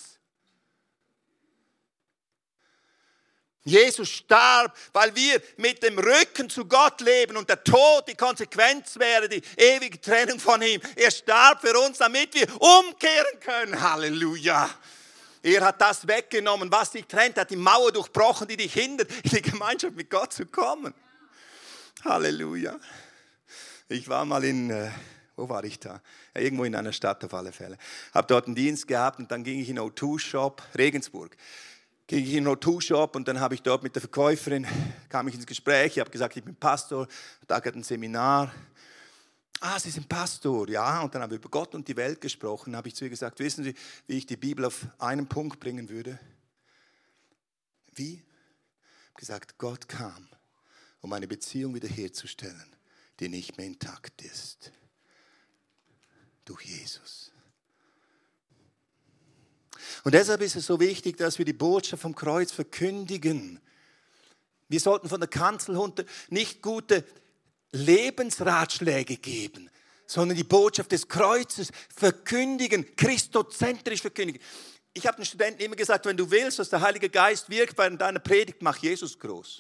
Jesus starb, weil wir mit dem Rücken zu Gott leben und der Tod die Konsequenz wäre, die ewige Trennung von ihm. Er starb für uns, damit wir umkehren können. Halleluja. Er hat das weggenommen, was dich trennt, hat die Mauer durchbrochen, die dich hindert, in die Gemeinschaft mit Gott zu kommen. Halleluja. Ich war mal wo war ich da? Ja, irgendwo in einer Stadt auf alle Fälle. Habe dort einen Dienst gehabt und dann ging ich in einen O2-Shop, Regensburg. Ging ich in einen O2-Shop und dann habe ich dort mit der Verkäuferin, kam ich ins Gespräch, ich habe gesagt, ich bin Pastor, da hat ein Seminar. Sie sind Pastor, ja. Und dann haben wir über Gott und die Welt gesprochen, habe ich zu ihr gesagt, wissen Sie, wie ich die Bibel auf einen Punkt bringen würde? Wie? Ich habe gesagt, Gott kam, um eine Beziehung wiederherzustellen, die nicht mehr intakt ist. Durch Jesus. Und deshalb ist es so wichtig, dass wir die Botschaft vom Kreuz verkündigen. Wir sollten von der Kanzel runter nicht gute Lebensratschläge geben, sondern die Botschaft des Kreuzes verkündigen, christozentrisch verkündigen. Ich habe den Studenten immer gesagt, wenn du willst, dass der Heilige Geist wirkt während deiner Predigt, mach Jesus groß.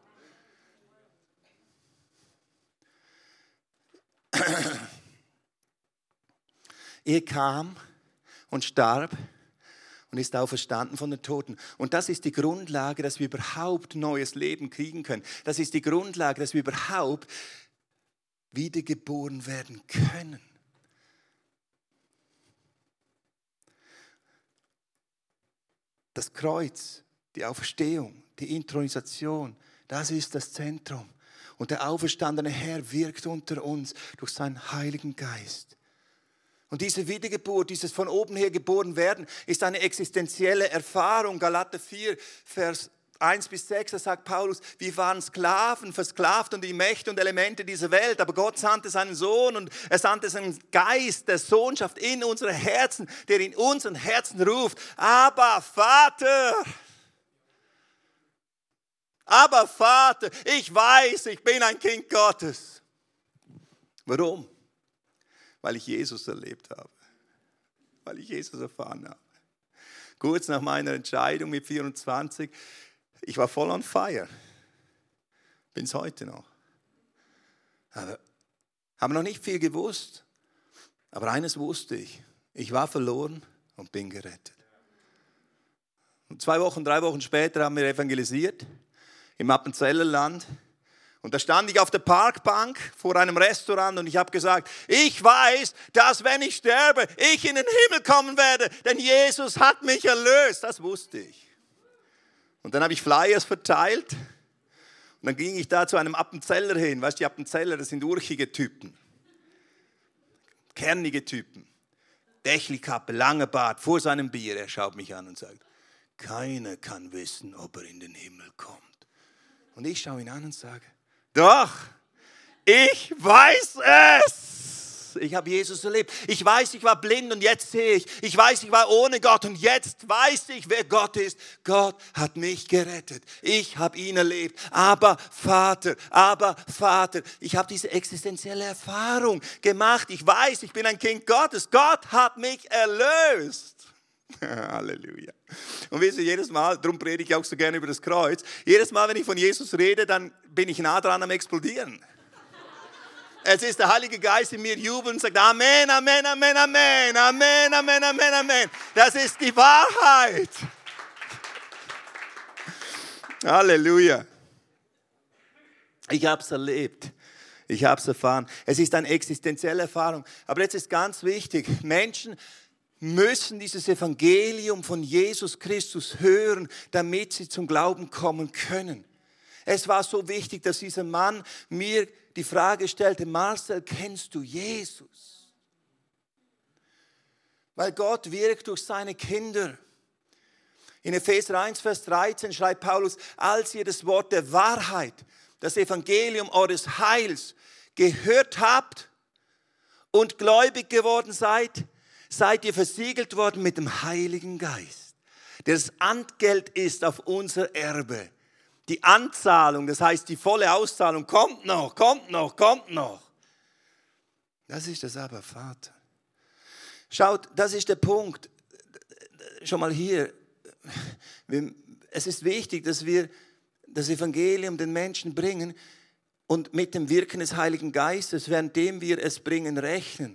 Er kam und starb und ist auferstanden von den Toten. Und das ist die Grundlage, dass wir überhaupt neues Leben kriegen können. Das ist die Grundlage, dass wir überhaupt wiedergeboren werden können. Das Kreuz, die Auferstehung, die Inthronisation, das ist das Zentrum. Und der auferstandene Herr wirkt unter uns durch seinen Heiligen Geist. Und diese Wiedergeburt, dieses von oben her geboren werden, ist eine existenzielle Erfahrung. Galater 4, Vers 1 bis 6, da sagt Paulus, wir waren Sklaven, versklavt unter die Mächte und Elemente dieser Welt, aber Gott sandte seinen Sohn und er sandte seinen Geist der Sohnschaft in unsere Herzen, der in unseren Herzen ruft, aber Vater, ich weiß, ich bin ein Kind Gottes. Warum? Weil ich Jesus erlebt habe. Weil ich Jesus erfahren habe. Kurz nach meiner Entscheidung mit 24, ich war voll on fire. Bin es heute noch. Habe noch nicht viel gewusst. Aber eines wusste ich. Ich war verloren und bin gerettet. Und 3 Wochen später haben wir evangelisiert im Appenzeller Land. Und da stand ich auf der Parkbank vor einem Restaurant und ich habe gesagt, ich weiß, dass wenn ich sterbe, ich in den Himmel kommen werde, denn Jesus hat mich erlöst. Das wusste ich. Und dann habe ich Flyers verteilt und dann ging ich da zu einem Appenzeller hin. Weißt du, die Appenzeller, das sind urchige Typen, kernige Typen. Dächelkappe, langer Bart, vor seinem Bier. Er schaut mich an und sagt, keiner kann wissen, ob er in den Himmel kommt. Und ich schaue ihn an und sage, doch, ich weiß es. Ich habe Jesus erlebt. Ich weiß, ich war blind und jetzt sehe ich. Ich weiß, ich war ohne Gott und jetzt weiß ich, wer Gott ist. Gott hat mich gerettet. Ich habe ihn erlebt. Aber Vater, ich habe diese existenzielle Erfahrung gemacht. Ich weiß, ich bin ein Kind Gottes. Gott hat mich erlöst. Halleluja. Und wisst ihr, jedes Mal, darum predige ich auch so gerne über das Kreuz, jedes Mal, wenn ich von Jesus rede, dann bin ich nah dran am Explodieren. Es ist der Heilige Geist in mir jubeln und sagt, Amen, Amen, Amen, Amen, Amen, Amen, Amen, Amen. Das ist die Wahrheit. Halleluja. Ich habe es erlebt. Ich habe es erfahren. Es ist eine existenzielle Erfahrung. Aber jetzt ist ganz wichtig, Menschen müssen dieses Evangelium von Jesus Christus hören, damit sie zum Glauben kommen können. Es war so wichtig, dass dieser Mann mir die Frage stellte, Marcel, kennst du Jesus? Weil Gott wirkt durch seine Kinder. In Epheser 1, Vers 13 schreibt Paulus, als ihr das Wort der Wahrheit, das Evangelium eures Heils gehört habt und gläubig geworden seid, seid ihr versiegelt worden mit dem Heiligen Geist, der das Entgelt ist auf unser Erbe. Die Anzahlung, das heißt die volle Auszahlung, kommt noch, kommt noch, kommt noch. Das ist das aber, Vater. Schaut, das ist der Punkt. Schon mal hier. Es ist wichtig, dass wir das Evangelium den Menschen bringen und mit dem Wirken des Heiligen Geistes, währenddem wir es bringen, rechnen.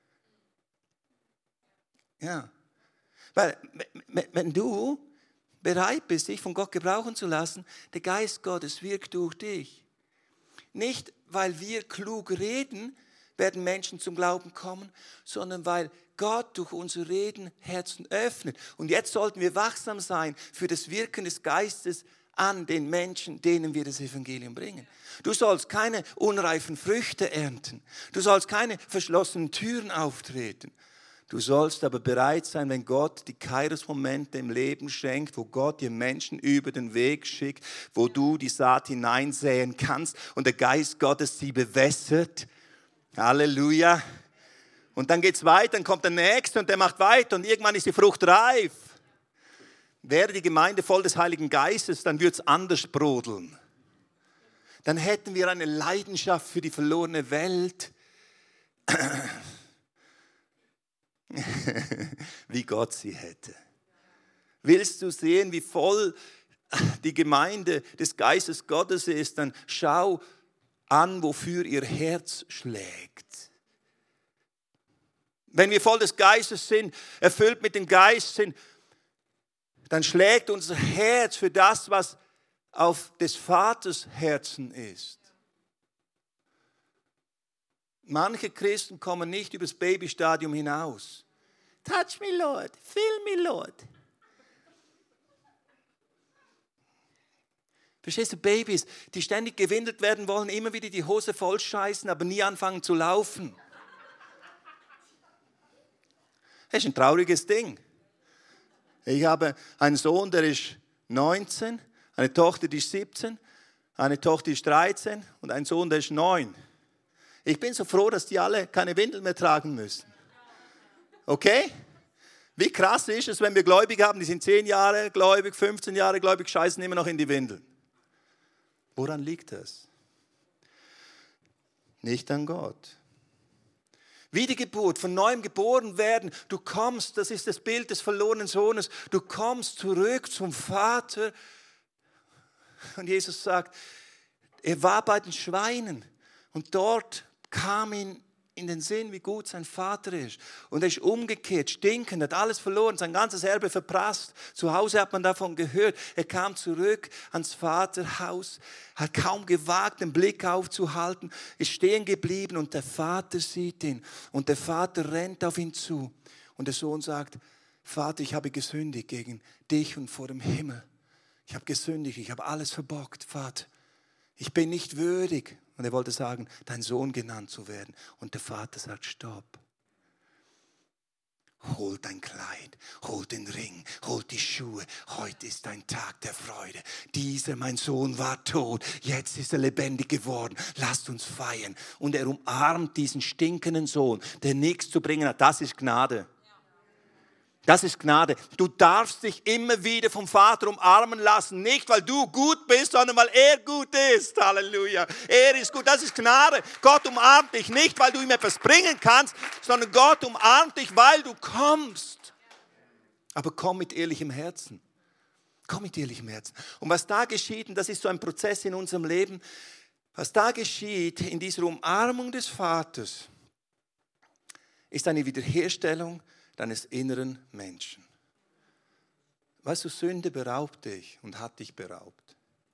Ja. Weil, wenn du bereit bist, dich von Gott gebrauchen zu lassen, der Geist Gottes wirkt durch dich. Nicht, weil wir klug reden, werden Menschen zum Glauben kommen, sondern weil Gott durch unser Reden Herzen öffnet. Und jetzt sollten wir wachsam sein für das Wirken des Geistes an den Menschen, denen wir das Evangelium bringen. Du sollst keine unreifen Früchte ernten. Du sollst keine verschlossenen Türen auftreten. Du sollst aber bereit sein, wenn Gott die Kairos-Momente im Leben schenkt, wo Gott dir Menschen über den Weg schickt, wo du die Saat hineinsäen kannst und der Geist Gottes sie bewässert. Halleluja. Und dann geht es weiter, dann kommt der Nächste und der macht weiter und irgendwann ist die Frucht reif. Wäre die Gemeinde voll des Heiligen Geistes, dann würde es anders brodeln. Dann hätten wir eine Leidenschaft für die verlorene Welt, wie Gott sie hätte. Willst du sehen, wie voll die Gemeinde des Geistes Gottes ist, dann schau an, wofür ihr Herz schlägt. Wenn wir voll des Geistes sind, erfüllt mit dem Geist sind, dann schlägt unser Herz für das, was auf des Vaters Herzen ist. Manche Christen kommen nicht über das Babystadium hinaus. Touch me, Lord. Fill me, Lord. Verstehst du, Babys, die ständig gewindelt werden wollen, immer wieder die Hose vollscheißen, aber nie anfangen zu laufen. Das ist ein trauriges Ding. Ich habe einen Sohn, der ist 19, eine Tochter, die ist 17, eine Tochter, die ist 13 und einen Sohn, der ist 9. Ich bin so froh, dass die alle keine Windeln mehr tragen müssen. Okay? Wie krass ist es, wenn wir Gläubige haben, die sind 10 Jahre gläubig, 15 Jahre gläubig, scheißen immer noch in die Windeln. Woran liegt das? Nicht an Gott. Wiedergeburt, von neuem geboren werden. Du kommst, das ist das Bild des verlorenen Sohnes, du kommst zurück zum Vater. Und Jesus sagt, er war bei den Schweinen und dort kam ihm in den Sinn, wie gut sein Vater ist. Und er ist umgekehrt, stinkend, hat alles verloren, sein ganzes Erbe verprasst. Zu Hause hat man davon gehört. Er kam zurück ans Vaterhaus, hat kaum gewagt, den Blick aufzuhalten, ist stehen geblieben und der Vater sieht ihn. Und der Vater rennt auf ihn zu. Und der Sohn sagt, Vater, ich habe gesündigt gegen dich und vor dem Himmel. Ich habe gesündigt, ich habe alles verbockt, Vater. Ich bin nicht würdig. Und er wollte sagen, dein Sohn genannt zu werden. Und der Vater sagt, stopp. Hol dein Kleid, hol den Ring, hol die Schuhe. Heute ist ein Tag der Freude. Dieser, mein Sohn, war tot. Jetzt ist er lebendig geworden. Lasst uns feiern. Und er umarmt diesen stinkenden Sohn, der nichts zu bringen hat. Das ist Gnade. Das ist Gnade. Du darfst dich immer wieder vom Vater umarmen lassen. Nicht, weil du gut bist, sondern weil er gut ist. Halleluja. Er ist gut. Das ist Gnade. Gott umarmt dich nicht, weil du ihm etwas bringen kannst, sondern Gott umarmt dich, weil du kommst. Aber komm mit ehrlichem Herzen. Komm mit ehrlichem Herzen. Und was da geschieht, und das ist so ein Prozess in unserem Leben, was da geschieht in dieser Umarmung des Vaters, ist eine Wiederherstellung deines inneren Menschen. Weißt du, Sünde beraubt dich und hat dich beraubt.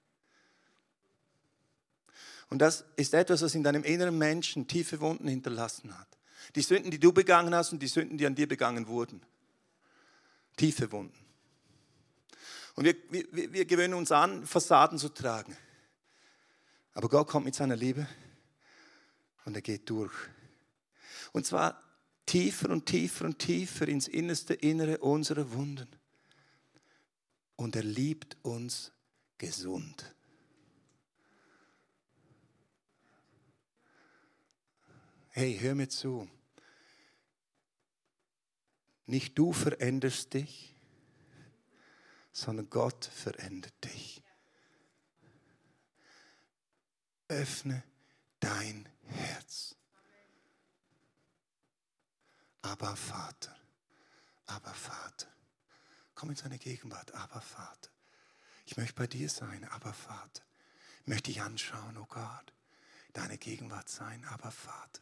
Und das ist etwas, was in deinem inneren Menschen tiefe Wunden hinterlassen hat. Die Sünden, die du begangen hast und die Sünden, die an dir begangen wurden. Tiefe Wunden. Und wir gewöhnen uns an, Fassaden zu tragen. Aber Gott kommt mit seiner Liebe und er geht durch. Und zwar tiefer und tiefer und tiefer ins innerste Innere unserer Wunden. Und er liebt uns gesund. Hey, hör mir zu. Nicht du veränderst dich, sondern Gott verändert dich. Öffne dein Herz. Aber Vater, aber Vater. Komm in seine Gegenwart, aber Vater. Ich möchte bei dir sein, aber Vater. Ich möchte dich anschauen, oh Gott. Deine Gegenwart sein, aber Vater.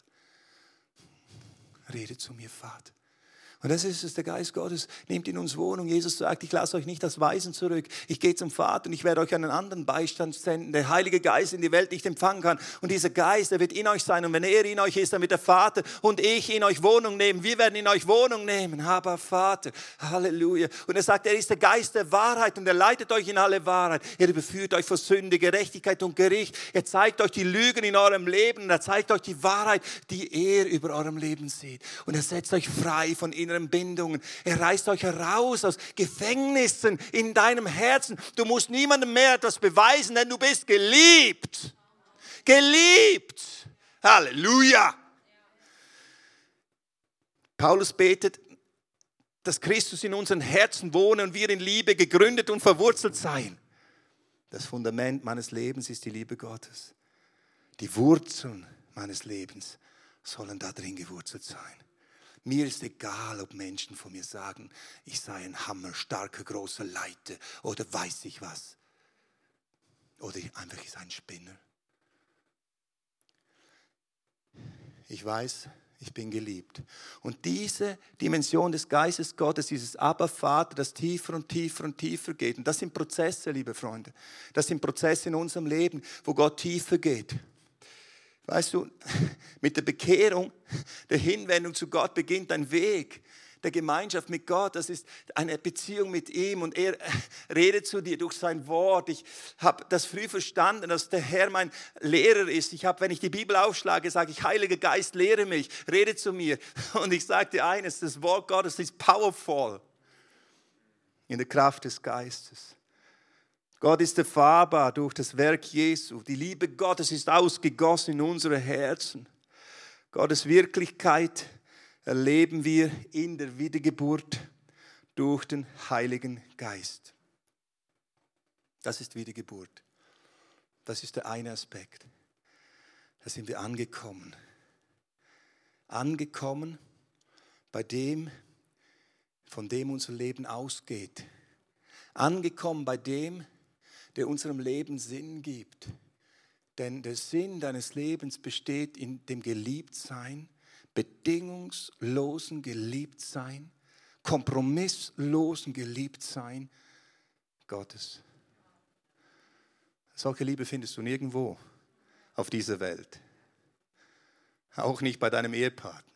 Rede zu mir, Vater. Und das ist es, der Geist Gottes nimmt in uns Wohnung. Jesus sagt, ich lasse euch nicht als Waisen zurück. Ich gehe zum Vater und ich werde euch einen anderen Beistand senden, der Heilige Geist in die Welt nicht empfangen kann. Und dieser Geist, der wird in euch sein. Und wenn er in euch ist, dann wird der Vater und ich in euch Wohnung nehmen. Wir werden in euch Wohnung nehmen. Aber Vater, Halleluja. Und er sagt, er ist der Geist der Wahrheit und er leitet euch in alle Wahrheit. Er überführt euch vor Sünde, Gerechtigkeit und Gericht. Er zeigt euch die Lügen in eurem Leben und er zeigt euch die Wahrheit, die er über eurem Leben sieht. Und er setzt euch frei von inneren Bindungen. Er reißt euch heraus aus Gefängnissen in deinem Herzen. Du musst niemandem mehr etwas beweisen, denn du bist geliebt. Geliebt. Halleluja. Paulus betet, dass Christus in unseren Herzen wohne und wir in Liebe gegründet und verwurzelt seien. Das Fundament meines Lebens ist die Liebe Gottes. Die Wurzeln meines Lebens sollen da drin gewurzelt sein. Mir ist egal, ob Menschen von mir sagen, ich sei ein hammerstarker, großer Leiter oder weiß ich was. Oder einfach, ich sei ein Spinner. Ich weiß, ich bin geliebt. Und diese Dimension des Geistes Gottes, dieses Abba Vater, das tiefer und tiefer und tiefer geht. Und das sind Prozesse, liebe Freunde. Das sind Prozesse in unserem Leben, wo Gott tiefer geht. Weißt du, mit der Bekehrung, der Hinwendung zu Gott beginnt ein Weg der Gemeinschaft mit Gott. Das ist eine Beziehung mit ihm und er redet zu dir durch sein Wort. Ich habe das früh verstanden, dass der Herr mein Lehrer ist. Wenn ich die Bibel aufschlage, sage ich, Heiliger Geist, lehre mich, rede zu mir. Und ich sage dir eines, das Wort Gottes ist powerful in der Kraft des Geistes. Gott ist erfahrbar durch das Werk Jesu. Die Liebe Gottes ist ausgegossen in unsere Herzen. Gottes Wirklichkeit erleben wir in der Wiedergeburt durch den Heiligen Geist. Das ist Wiedergeburt. Das ist der eine Aspekt. Da sind wir angekommen. Angekommen bei dem, von dem unser Leben ausgeht. Angekommen bei dem, der unserem Leben Sinn gibt. Denn der Sinn deines Lebens besteht in dem Geliebtsein, bedingungslosen Geliebtsein, kompromisslosen Geliebtsein Gottes. Solche Liebe findest du nirgendwo auf dieser Welt. Auch nicht bei deinem Ehepartner.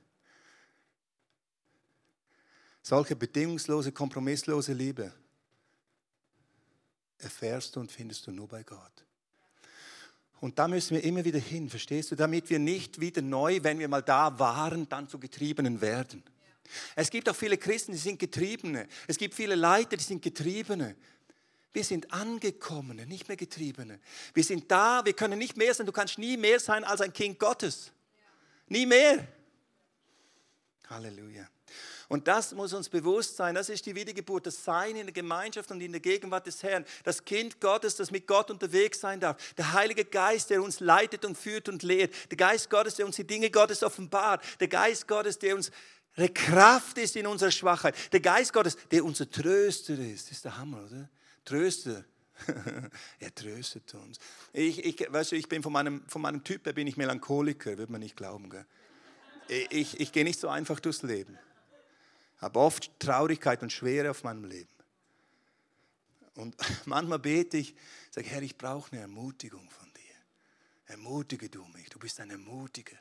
Solche bedingungslose, kompromisslose Liebe erfährst du und findest du nur bei Gott. Und da müssen wir immer wieder hin, verstehst du? Damit wir nicht wieder neu, wenn wir mal da waren, dann zu Getriebenen werden. Ja. Es gibt auch viele Christen, die sind Getriebene. Es gibt viele Leiter, die sind Getriebene. Wir sind Angekommene, nicht mehr Getriebene. Wir sind da, wir können nicht mehr sein. Du kannst nie mehr sein als ein Kind Gottes. Ja. Nie mehr. Halleluja. Und das muss uns bewusst sein, das ist die Wiedergeburt, das Sein in der Gemeinschaft und in der Gegenwart des Herrn. Das Kind Gottes, das mit Gott unterwegs sein darf. Der Heilige Geist, der uns leitet und führt und lehrt. Der Geist Gottes, der uns die Dinge Gottes offenbart. Der Geist Gottes, der uns Kraft ist in unserer Schwachheit. Der Geist Gottes, der unser Tröster ist der Hammer, oder? Tröster. Er tröstet uns. Weißt du, ich bin von meinem Typ her bin ich Melancholiker, würde man nicht glauben. Gell? Ich gehe nicht so einfach durchs Leben. Habe oft Traurigkeit und Schwere auf meinem Leben. Und manchmal bete ich, sage, Herr, ich brauche eine Ermutigung von dir. Ermutige du mich, du bist ein Ermutiger.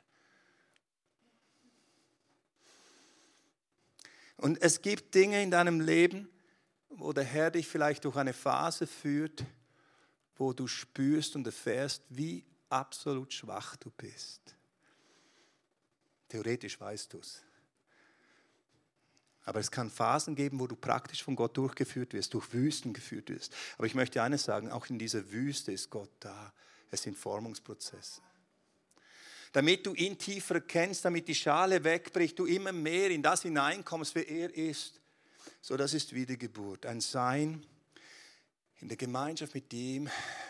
Und es gibt Dinge in deinem Leben, wo der Herr dich vielleicht durch eine Phase führt, wo du spürst und erfährst, wie absolut schwach du bist. Theoretisch weißt du es. Aber es kann Phasen geben, wo du praktisch von Gott durchgeführt wirst, durch Wüsten geführt wirst. Aber ich möchte eines sagen, auch in dieser Wüste ist Gott da. Es sind Formungsprozesse. Damit du ihn tiefer kennst, damit die Schale wegbricht, du immer mehr in das hineinkommst, wer er ist. So, das ist Wiedergeburt. Ein Sein in der Gemeinschaft mit ihm.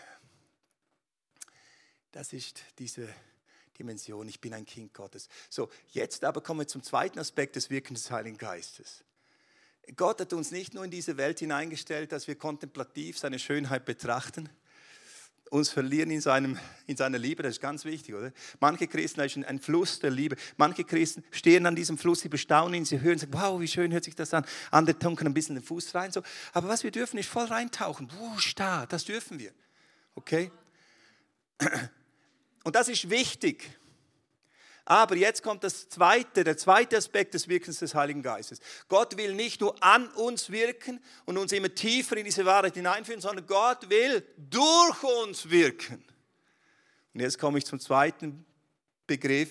Das ist diese Dimension, ich bin ein Kind Gottes. So, jetzt aber kommen wir zum zweiten Aspekt des Wirkens des Heiligen Geistes. Gott hat uns nicht nur in diese Welt hineingestellt, dass wir kontemplativ seine Schönheit betrachten, uns verlieren in seiner Liebe, das ist ganz wichtig, oder? Manche Christen, das ist ein Fluss der Liebe. Manche Christen stehen an diesem Fluss, sie bestaunen ihn, sie hören, sagen, wow, wie schön hört sich das an. Andere tunken ein bisschen den Fuß rein. So. Aber was wir dürfen, ist voll reintauchen. Wusch, da, das dürfen wir. Okay? Und das ist wichtig. Aber jetzt kommt der zweite Aspekt des Wirkens des Heiligen Geistes. Gott will nicht nur an uns wirken und uns immer tiefer in diese Wahrheit hineinführen, sondern Gott will durch uns wirken. Und jetzt komme ich zum zweiten Begriff,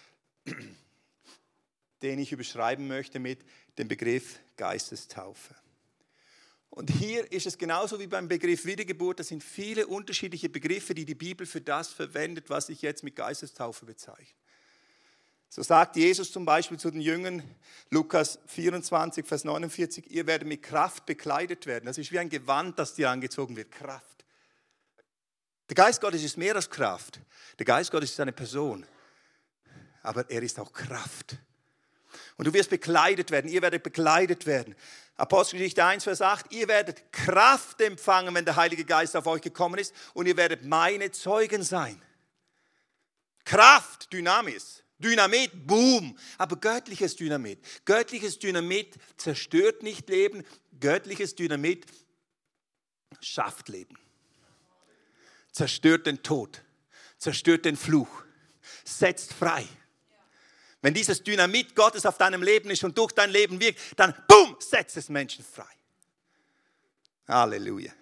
den ich überschreiben möchte mit dem Begriff Geistestaufe. Und hier ist es genauso wie beim Begriff Wiedergeburt, das sind viele unterschiedliche Begriffe, die die Bibel für das verwendet, was ich jetzt mit Geistestaufe bezeichne. So sagt Jesus zum Beispiel zu den Jüngern, Lukas 24, Vers 49, ihr werdet mit Kraft bekleidet werden. Das ist wie ein Gewand, das dir angezogen wird, Kraft. Der Geist Gottes ist mehr als Kraft. Der Geist Gottes ist eine Person, aber er ist auch Kraft. Und du wirst bekleidet werden, ihr werdet bekleidet werden. Apostelgeschichte 1, Vers 8, ihr werdet Kraft empfangen, wenn der Heilige Geist auf euch gekommen ist und ihr werdet meine Zeugen sein. Kraft, Dynamis. Dynamit, boom, aber göttliches Dynamit. Göttliches Dynamit zerstört nicht Leben, göttliches Dynamit schafft Leben. Zerstört den Tod, zerstört den Fluch, setzt frei. Wenn dieses Dynamit Gottes auf deinem Leben ist und durch dein Leben wirkt, dann boom, setzt es Menschen frei. Halleluja.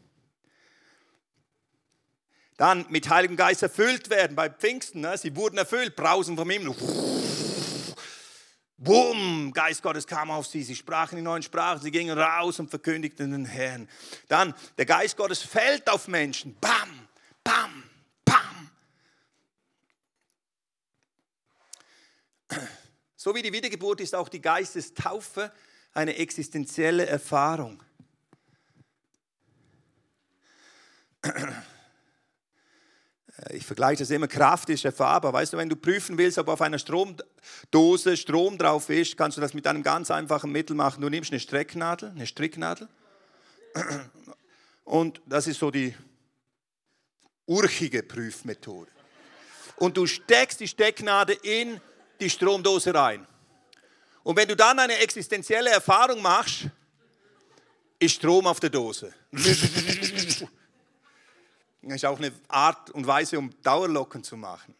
Dann mit Heiligem Geist erfüllt werden bei Pfingsten. Ne? Sie wurden erfüllt, Brausen vom Himmel. Bumm, Geist Gottes kam auf sie. Sie sprachen in neuen Sprachen, sie gingen raus und verkündigten den Herrn. Dann der Geist Gottes fällt auf Menschen. Bam, bam, bam. So wie die Wiedergeburt ist auch die Geistestaufe eine existenzielle Erfahrung. Ich vergleiche das immer, Kraft ist erfahrbar. Weißt du, wenn du prüfen willst, ob auf einer Stromdose Strom drauf ist, kannst du das mit einem ganz einfachen Mittel machen. Du nimmst eine Stricknadel. Und das ist so die urchige Prüfmethode. Und du steckst die Stecknadel in die Stromdose rein. Und wenn du dann eine existenzielle Erfahrung machst, ist Strom auf der Dose. Das ist auch eine Art und Weise, um Dauerlocken zu machen.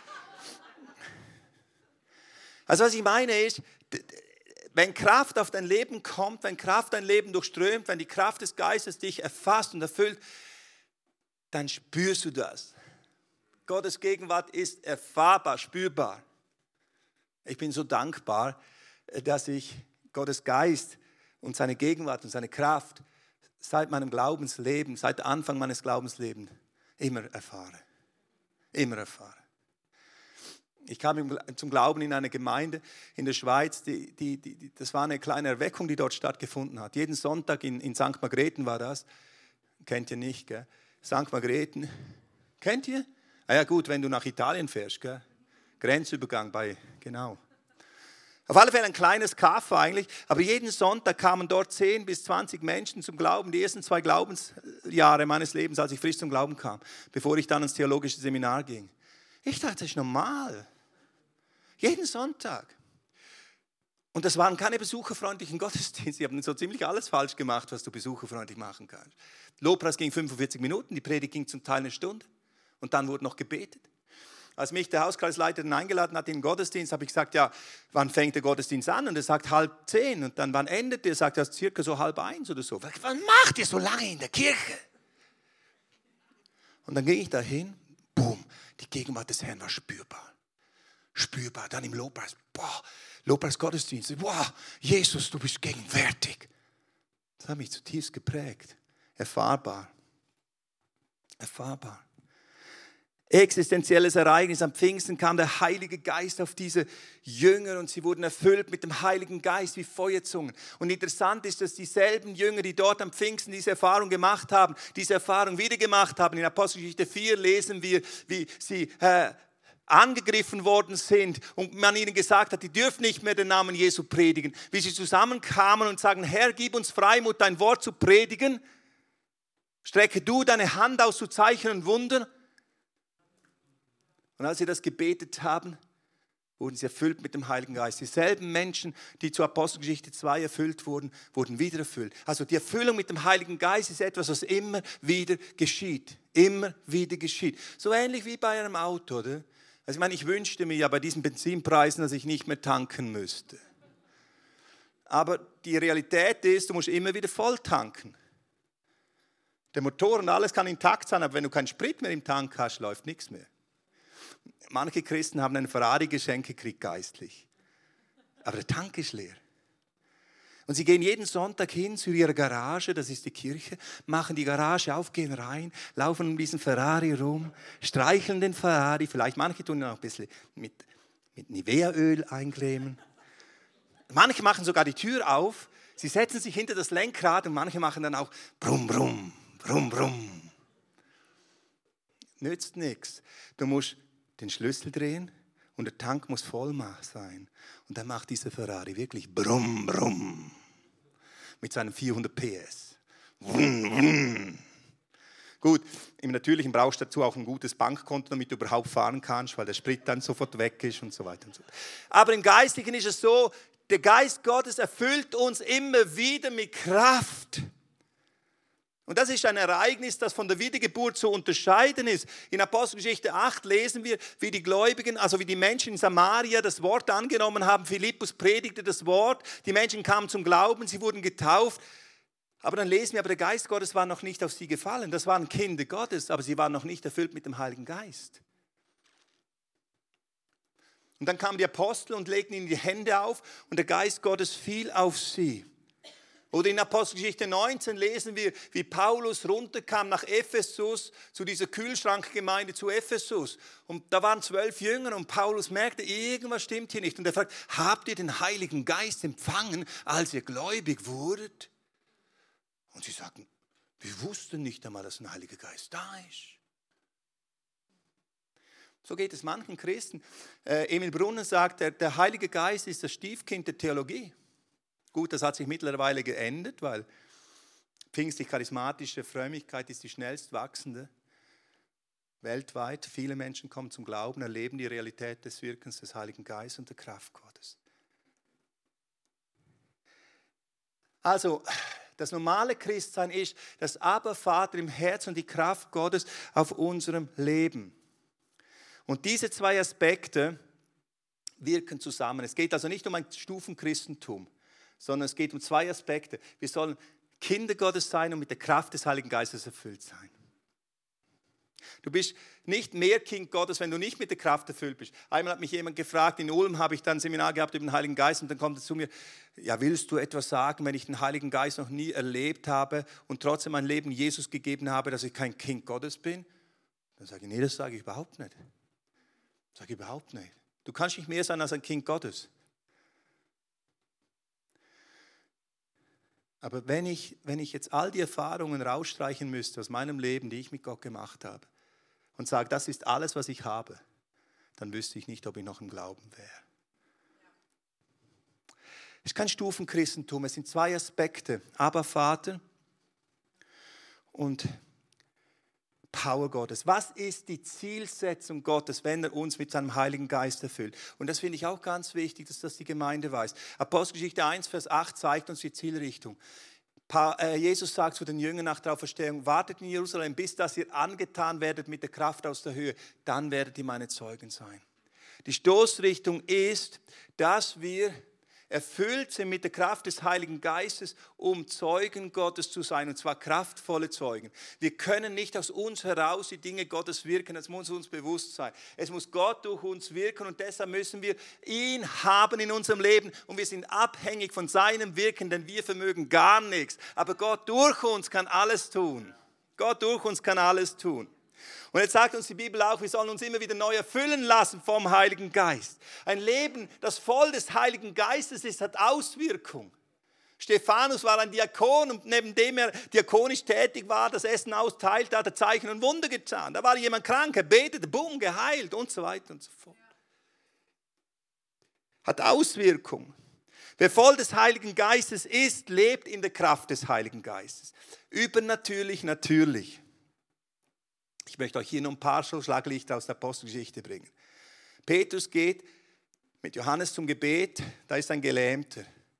Also was ich meine ist, wenn Kraft auf dein Leben kommt, wenn Kraft dein Leben durchströmt, wenn die Kraft des Geistes dich erfasst und erfüllt, dann spürst du das. Gottes Gegenwart ist erfahrbar, spürbar. Ich bin so dankbar, dass ich Gottes Geist und seine Gegenwart und seine Kraft seit meinem Glaubensleben, seit Anfang meines Glaubenslebens immer erfahre. Immer erfahre. Ich kam zum Glauben in eine Gemeinde in der Schweiz, das war eine kleine Erweckung, die dort stattgefunden hat. Jeden Sonntag in St. Margrethen war das. Kennt ihr nicht, gell? St. Margrethen. Kennt ihr? Ah ja gut, wenn du nach Italien fährst, gell? Grenzübergang genau. Auf alle Fälle ein kleines Kaff eigentlich, aber jeden Sonntag kamen dort 10 bis 20 Menschen zum Glauben. Die ersten 2 Glaubensjahre meines Lebens, als ich frisch zum Glauben kam, bevor ich dann ins theologische Seminar ging. Ich dachte, das ist normal. Jeden Sonntag. Und das waren keine besucherfreundlichen Gottesdienste. Ich habe so ziemlich alles falsch gemacht, was du besucherfreundlich machen kannst. Lobpreis ging 45 Minuten, die Predigt ging zum Teil 1 Stunde. Und dann wurde noch gebetet. Als mich der Hauskreisleiter dann eingeladen hat in den Gottesdienst, habe ich gesagt, ja, wann fängt der Gottesdienst an? Und er sagt 9:30. Und dann, wann endet der? Er sagt, das circa so 12:30 oder so. Was macht ihr so lange in der Kirche? Und dann ging ich dahin, boom, die Gegenwart des Herrn war spürbar. Spürbar. Dann im Lobpreis, boah, Lobpreis Gottesdienst, boah, Jesus, du bist gegenwärtig. Das hat mich zutiefst geprägt. Erfahrbar. Erfahrbar. Existenzielles Ereignis. Am Pfingsten kam der Heilige Geist auf diese Jünger und sie wurden erfüllt mit dem Heiligen Geist wie Feuerzungen. Und interessant ist, dass dieselben Jünger, die dort am Pfingsten diese Erfahrung gemacht haben, diese Erfahrung wieder gemacht haben. In Apostelgeschichte 4 lesen wir, wie sie angegriffen worden sind und man ihnen gesagt hat, die dürfen nicht mehr den Namen Jesu predigen. Wie sie zusammenkamen und sagen, Herr, gib uns Freimut, dein Wort zu predigen. Strecke du deine Hand aus zu Zeichen und Wunder. Und als sie das gebetet haben, wurden sie erfüllt mit dem Heiligen Geist. Dieselben Menschen, die zur Apostelgeschichte 2 erfüllt wurden, wurden wieder erfüllt. Also die Erfüllung mit dem Heiligen Geist ist etwas, was immer wieder geschieht. Immer wieder geschieht. So ähnlich wie bei einem Auto, oder? Also ich meine, ich wünschte mir ja bei diesen Benzinpreisen, dass ich nicht mehr tanken müsste. Aber die Realität ist, du musst immer wieder voll tanken. Der Motor und alles kann intakt sein, aber wenn du keinen Sprit mehr im Tank hast, läuft nichts mehr. Manche Christen haben einen Ferrari geschenkt gekriegt, geistlich. Aber der Tank ist leer. Und sie gehen jeden Sonntag hin zu ihrer Garage, das ist die Kirche, machen die Garage auf, gehen rein, laufen um diesen Ferrari rum, streicheln den Ferrari, vielleicht manche tun ihn auch ein bisschen mit Nivea-Öl eincremen. Manche machen sogar die Tür auf, sie setzen sich hinter das Lenkrad und manche machen dann auch brumm, brumm, brumm, brumm. Nützt nichts. Du musst den Schlüssel drehen und der Tank muss voll sein. Und dann macht dieser Ferrari wirklich brumm, brumm. Mit seinen 400 PS. Brumm, brumm. Gut, im Natürlichen brauchst du dazu auch ein gutes Bankkonto, damit du überhaupt fahren kannst, weil der Sprit dann sofort weg ist und so weiter und so. Aber im Geistlichen ist es so, der Geist Gottes erfüllt uns immer wieder mit Kraft. Und das ist ein Ereignis, das von der Wiedergeburt zu unterscheiden ist. In Apostelgeschichte 8 lesen wir, wie die Gläubigen, also wie die Menschen in Samaria das Wort angenommen haben. Philippus predigte das Wort, die Menschen kamen zum Glauben, sie wurden getauft. Aber dann lesen wir, aber der Geist Gottes war noch nicht auf sie gefallen. Das waren Kinder Gottes, aber sie waren noch nicht erfüllt mit dem Heiligen Geist. Und dann kamen die Apostel und legten ihnen die Hände auf und der Geist Gottes fiel auf sie. Oder in Apostelgeschichte 19 lesen wir, wie Paulus runterkam nach Ephesus, zu dieser Kühlschrankgemeinde zu Ephesus. Und da waren 12 Jünger und Paulus merkte, irgendwas stimmt hier nicht. Und er fragt, habt ihr den Heiligen Geist empfangen, als ihr gläubig wurdet? Und sie sagten, wir wussten nicht einmal, dass ein Heiliger Geist da ist. So geht es manchen Christen. Emil Brunner sagt, der Heilige Geist ist das Stiefkind der Theologie. Gut, das hat sich mittlerweile geändert, weil pfingstlich-charismatische Frömmigkeit ist die schnellst wachsende weltweit. Viele Menschen kommen zum Glauben, erleben die Realität des Wirkens des Heiligen Geistes und der Kraft Gottes. Also, das normale Christsein ist das Aber Vater im Herz und die Kraft Gottes auf unserem Leben. Und diese 2 Aspekte wirken zusammen. Es geht also nicht um ein Stufenchristentum, sondern es geht um 2 Aspekte. Wir sollen Kinder Gottes sein und mit der Kraft des Heiligen Geistes erfüllt sein. Du bist nicht mehr Kind Gottes, wenn du nicht mit der Kraft erfüllt bist. Einmal hat mich jemand gefragt, in Ulm habe ich dann ein Seminar gehabt über den Heiligen Geist und dann kommt er zu mir, ja, willst du etwas sagen, wenn ich den Heiligen Geist noch nie erlebt habe und trotzdem mein Leben Jesus gegeben habe, dass ich kein Kind Gottes bin? Dann sage ich, nee, das sage ich überhaupt nicht. Das sage ich überhaupt nicht. Du kannst nicht mehr sein als ein Kind Gottes. Aber wenn ich jetzt all die Erfahrungen rausstreichen müsste aus meinem Leben, die ich mit Gott gemacht habe, und sage, das ist alles, was ich habe, dann wüsste ich nicht, ob ich noch im Glauben wäre. Es ist kein Stufenchristentum, es sind zwei Aspekte. Abba Vater und Power Gottes. Was ist die Zielsetzung Gottes, wenn er uns mit seinem Heiligen Geist erfüllt? Und das finde ich auch ganz wichtig, dass das die Gemeinde weiß. Apostelgeschichte 1, Vers 8 zeigt uns die Zielrichtung. Jesus sagt zu den Jüngern nach der Auferstehung, wartet in Jerusalem, bis dass ihr angetan werdet mit der Kraft aus der Höhe. Dann werdet ihr meine Zeugen sein. Die Stoßrichtung ist, dass wir erfüllt sind mit der Kraft des Heiligen Geistes, um Zeugen Gottes zu sein, und zwar kraftvolle Zeugen. Wir können nicht aus uns heraus die Dinge Gottes wirken, das muss uns bewusst sein. Es muss Gott durch uns wirken und deshalb müssen wir ihn haben in unserem Leben und wir sind abhängig von seinem Wirken, denn wir vermögen gar nichts. Aber Gott durch uns kann alles tun. Gott durch uns kann alles tun. Und jetzt sagt uns die Bibel auch, wir sollen uns immer wieder neu erfüllen lassen vom Heiligen Geist. Ein Leben, das voll des Heiligen Geistes ist, hat Auswirkung. Stephanus war ein Diakon und neben dem er diakonisch tätig war, das Essen austeilte, hat er Zeichen und Wunder getan. Da war jemand krank, er betete, bumm, geheilt und so weiter und so fort. Hat Auswirkung. Wer voll des Heiligen Geistes ist, lebt in der Kraft des Heiligen Geistes. Übernatürlich, natürlich. Ich möchte euch hier noch ein paar Schlaglichter aus der Apostelgeschichte bringen. Petrus geht mit Johannes zum Gebet, da ist ein Gelähmter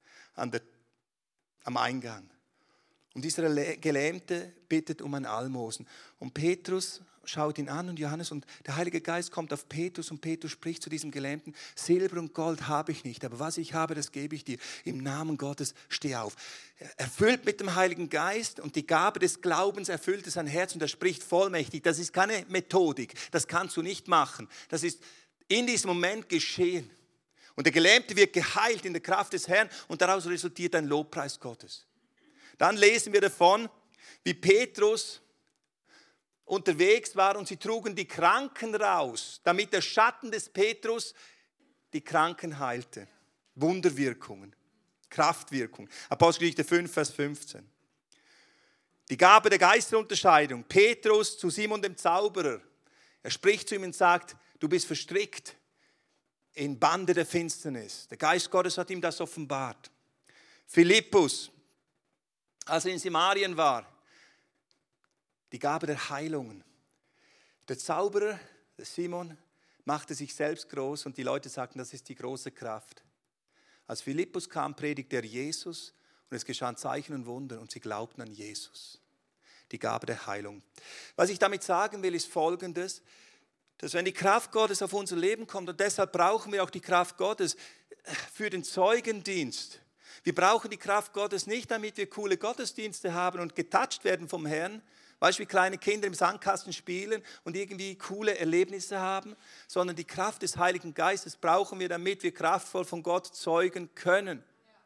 am Eingang. Und dieser Gelähmte bittet um ein Almosen. Und Petrus schaut ihn an und Johannes und der Heilige Geist kommt auf Petrus und Petrus spricht zu diesem Gelähmten, Silber und Gold habe ich nicht, aber was ich habe, das gebe ich dir. Im Namen Gottes, steh auf. Erfüllt mit dem Heiligen Geist und die Gabe des Glaubens erfüllte sein Herz und er spricht vollmächtig. Das ist keine Methodik, das kannst du nicht machen. Das ist in diesem Moment geschehen. Und der Gelähmte wird geheilt in der Kraft des Herrn und daraus resultiert ein Lobpreis Gottes. Dann lesen wir davon, wie Petrus unterwegs war und sie trugen die Kranken raus, damit der Schatten des Petrus die Kranken heilte. Wunderwirkungen, Kraftwirkung. Apostelgeschichte 5, Vers 15. Die Gabe der Geisterunterscheidung. Petrus zu Simon dem Zauberer. Er spricht zu ihm und sagt, du bist verstrickt in Bande der Finsternis. Der Geist Gottes hat ihm das offenbart. Philippus, als er in Samarien war, die Gabe der Heilungen. Der Zauberer, der Simon, machte sich selbst groß und die Leute sagten, das ist die große Kraft. Als Philippus kam, predigte er Jesus und es geschahen Zeichen und Wunder und sie glaubten an Jesus. Die Gabe der Heilung. Was ich damit sagen will, ist Folgendes, dass wenn die Kraft Gottes auf unser Leben kommt und deshalb brauchen wir auch die Kraft Gottes für den Zeugendienst. Wir brauchen die Kraft Gottes nicht, damit wir coole Gottesdienste haben und getatscht werden vom Herrn, weißt du, wie kleine Kinder im Sandkasten spielen und irgendwie coole Erlebnisse haben, sondern die Kraft des Heiligen Geistes brauchen wir, damit wir kraftvoll von Gott zeugen können.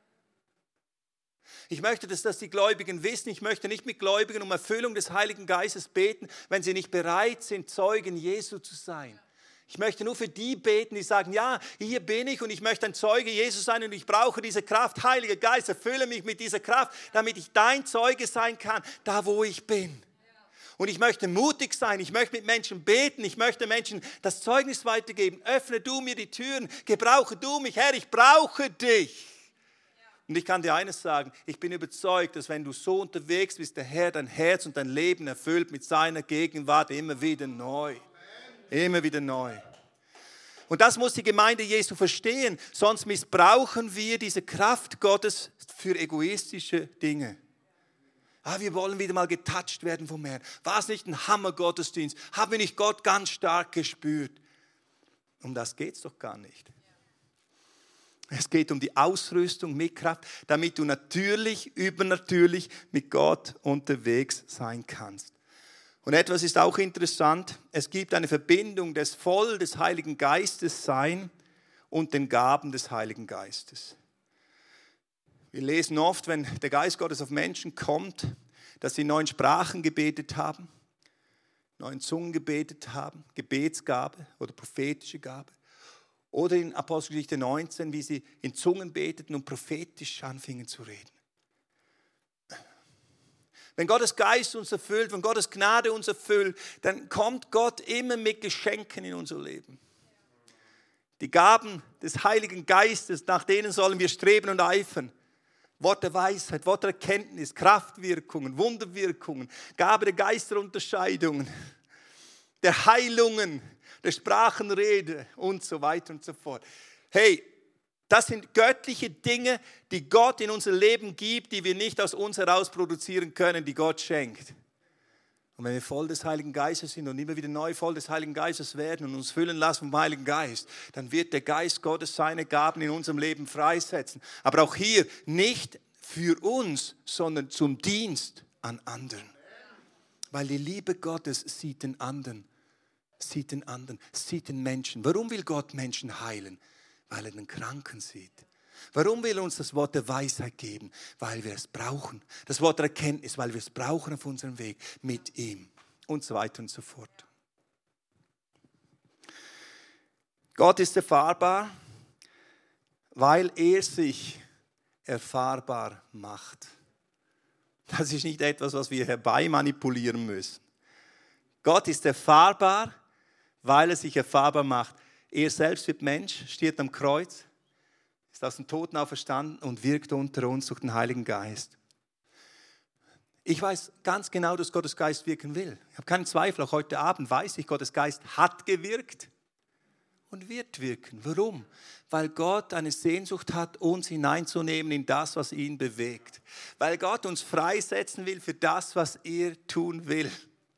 Ich möchte, dass das die Gläubigen wissen. Ich möchte nicht mit Gläubigen um Erfüllung des Heiligen Geistes beten, wenn sie nicht bereit sind, Zeugen Jesu zu sein. Ich möchte nur für die beten, die sagen, ja, hier bin ich und ich möchte ein Zeuge Jesus sein und ich brauche diese Kraft. Heiliger Geist, erfülle mich mit dieser Kraft, damit ich dein Zeuge sein kann, da wo ich bin. Und ich möchte mutig sein, ich möchte mit Menschen beten, ich möchte Menschen das Zeugnis weitergeben. Öffne du mir die Türen, gebrauche du mich, Herr, ich brauche dich. Und ich kann dir eines sagen, ich bin überzeugt, dass wenn du so unterwegs bist, der Herr dein Herz und dein Leben erfüllt mit seiner Gegenwart immer wieder neu. Immer wieder neu. Und das muss die Gemeinde Jesu verstehen, sonst missbrauchen wir diese Kraft Gottes für egoistische Dinge. Wir wollen wieder mal getatscht werden vom Herrn. War es nicht ein Hammer-Gottesdienst? Haben wir nicht Gott ganz stark gespürt? Um das geht es doch gar nicht. Es geht um die Ausrüstung mit Kraft, damit du natürlich, übernatürlich mit Gott unterwegs sein kannst. Und etwas ist auch interessant, es gibt eine Verbindung des voll des Heiligen Geistes sein und den Gaben des Heiligen Geistes. Wir lesen oft, wenn der Geist Gottes auf Menschen kommt, dass sie in neuen Sprachen gebetet haben, neuen Zungen gebetet haben, Gebetsgabe oder prophetische Gabe. Oder in Apostelgeschichte 19, wie sie in Zungen beteten und prophetisch anfingen zu reden. Wenn Gottes Geist uns erfüllt, wenn Gottes Gnade uns erfüllt, dann kommt Gott immer mit Geschenken in unser Leben. Die Gaben des Heiligen Geistes, nach denen sollen wir streben und eifern. Wort der Weisheit, Wort der Erkenntnis, Kraftwirkungen, Wunderwirkungen, Gabe der Geisterunterscheidungen, der Heilungen, der Sprachenrede und so weiter und so fort. Hey, das sind göttliche Dinge, die Gott in unser Leben gibt, die wir nicht aus uns heraus produzieren können, die Gott schenkt. Und wenn wir voll des Heiligen Geistes sind und immer wieder neu voll des Heiligen Geistes werden und uns füllen lassen vom Heiligen Geist, dann wird der Geist Gottes seine Gaben in unserem Leben freisetzen. Aber auch hier nicht für uns, sondern zum Dienst an anderen. Weil die Liebe Gottes sieht den anderen, sieht den Menschen. Warum will Gott Menschen heilen? Weil er den Kranken sieht. Warum will er uns das Wort der Weisheit geben? Weil wir es brauchen. Das Wort der Erkenntnis, weil wir es brauchen auf unserem Weg mit ihm. Und so weiter und so fort. Gott ist erfahrbar, weil er sich erfahrbar macht. Das ist nicht etwas, was wir herbei manipulieren müssen. Gott ist erfahrbar, weil er sich erfahrbar macht. Er selbst wird Mensch, stirbt am Kreuz, ist aus den Toten auferstanden und wirkt unter uns durch den Heiligen Geist. Ich weiß ganz genau, dass Gottes Geist wirken will. Ich habe keinen Zweifel, auch heute Abend weiß ich, Gottes Geist hat gewirkt und wird wirken. Warum? Weil Gott eine Sehnsucht hat, uns hineinzunehmen in das, was ihn bewegt. Weil Gott uns freisetzen will für das, was er tun will.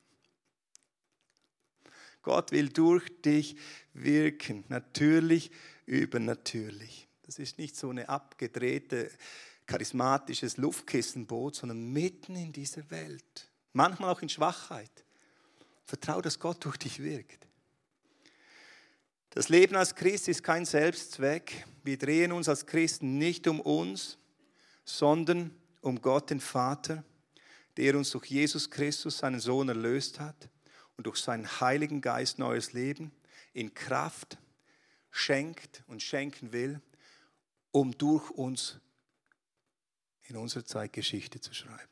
Gott will durch dich wirken, natürlich, übernatürlich. Das ist nicht so eine abgedrehte, charismatisches Luftkissenboot, sondern mitten in dieser Welt. Manchmal auch in Schwachheit. Vertrau, dass Gott durch dich wirkt. Das Leben als Christ ist kein Selbstzweck. Wir drehen uns als Christen nicht um uns, sondern um Gott, den Vater, der uns durch Jesus Christus, seinen Sohn, erlöst hat und durch seinen Heiligen Geist neues Leben in Kraft schenkt und schenken will, um durch uns in unserer Zeit Geschichte zu schreiben.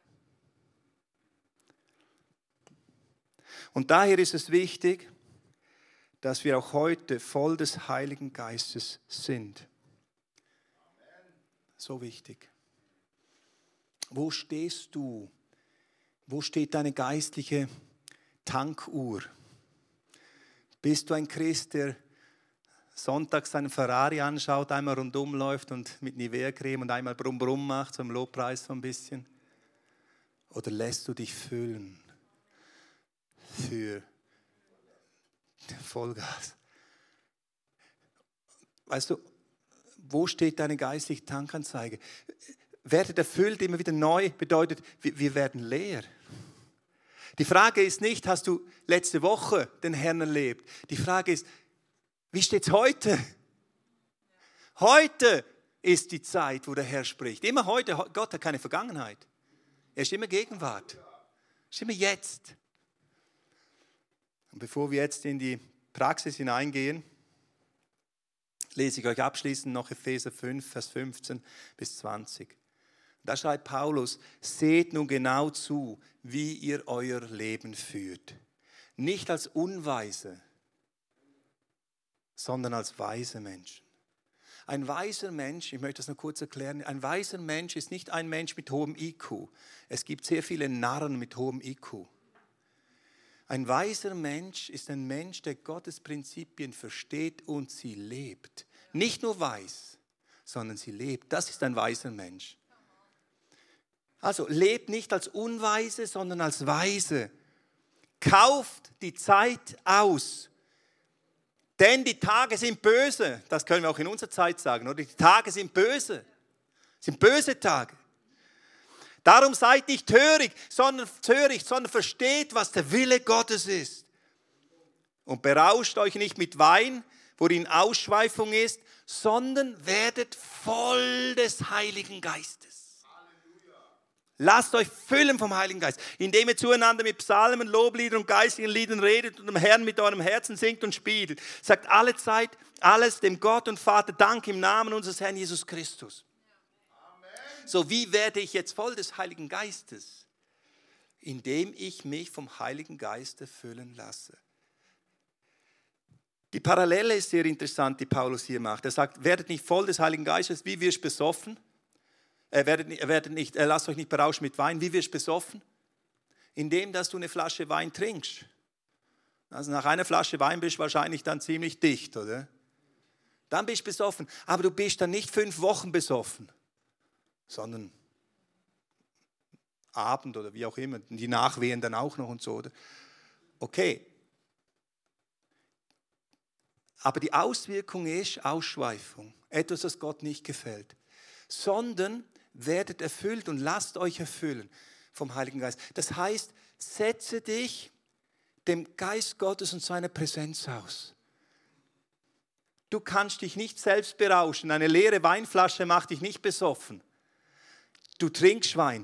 Und daher ist es wichtig, dass wir auch heute voll des Heiligen Geistes sind. So wichtig. Wo stehst du? Wo steht deine geistliche Tankuhr? Bist du ein Christ, der sonntags seinen Ferrari anschaut, einmal rundum läuft und mit Nivea-Creme und einmal Brumm Brumm macht, so im Lobpreis so ein bisschen? Oder lässt du dich füllen für Vollgas? Weißt du, wo steht deine geistliche Tankanzeige? Werdet erfüllt immer wieder neu, bedeutet, wir werden leer. Die Frage ist nicht, hast du letzte Woche den Herrn erlebt? Die Frage ist, wie steht es heute? Heute ist die Zeit, wo der Herr spricht. Immer heute, Gott hat keine Vergangenheit. Er ist immer Gegenwart. Er ist immer jetzt. Und bevor wir jetzt in die Praxis hineingehen, lese ich euch abschließend noch Epheser 5, Vers 15 bis 20. Da schreibt Paulus, seht nun genau zu, wie ihr euer Leben führt. Nicht als Unweise, sondern als weise Menschen. Ein weiser Mensch, ich möchte das noch kurz erklären, ein weiser Mensch ist nicht ein Mensch mit hohem IQ. Es gibt sehr viele Narren mit hohem IQ. Ein weiser Mensch ist ein Mensch, der Gottes Prinzipien versteht und sie lebt. Nicht nur weiß, sondern sie lebt. Das ist ein weiser Mensch. Also lebt nicht als Unweise, sondern als Weise. Kauft die Zeit aus. Denn die Tage sind böse. Das können wir auch in unserer Zeit sagen, oder? Die Tage sind böse. Sind böse Tage. Darum seid nicht töricht, sondern versteht, was der Wille Gottes ist. Und berauscht euch nicht mit Wein, worin Ausschweifung ist, sondern werdet voll des Heiligen Geistes. Lasst euch füllen vom Heiligen Geist, indem ihr zueinander mit Psalmen, Lobliedern und geistlichen Liedern redet und dem Herrn mit eurem Herzen singt und spielt. Sagt alle Zeit alles dem Gott und Vater Dank im Namen unseres Herrn Jesus Christus. Amen. So, wie werde ich jetzt voll des Heiligen Geistes? Indem ich mich vom Heiligen Geist erfüllen lasse. Die Parallele ist sehr interessant, die Paulus hier macht. Er sagt, werdet nicht voll des Heiligen Geistes, wie wirst besoffen? Lasst euch nicht berauschen mit Wein, wie wirst besoffen? Indem, dass du eine Flasche Wein trinkst. Also nach einer Flasche Wein bist du wahrscheinlich dann ziemlich dicht, oder? Dann bist du besoffen. Aber du bist dann nicht 5 Wochen besoffen, sondern Abend oder wie auch immer. Die Nachwehen dann auch noch und so, oder? Okay. Aber die Auswirkung ist Ausschweifung. Etwas, das Gott nicht gefällt. Sondern werdet erfüllt und lasst euch erfüllen vom Heiligen Geist. Das heißt, setze dich dem Geist Gottes und seiner Präsenz aus. Du kannst dich nicht selbst berauschen. Eine leere Weinflasche macht dich nicht besoffen. Du trinkst Wein.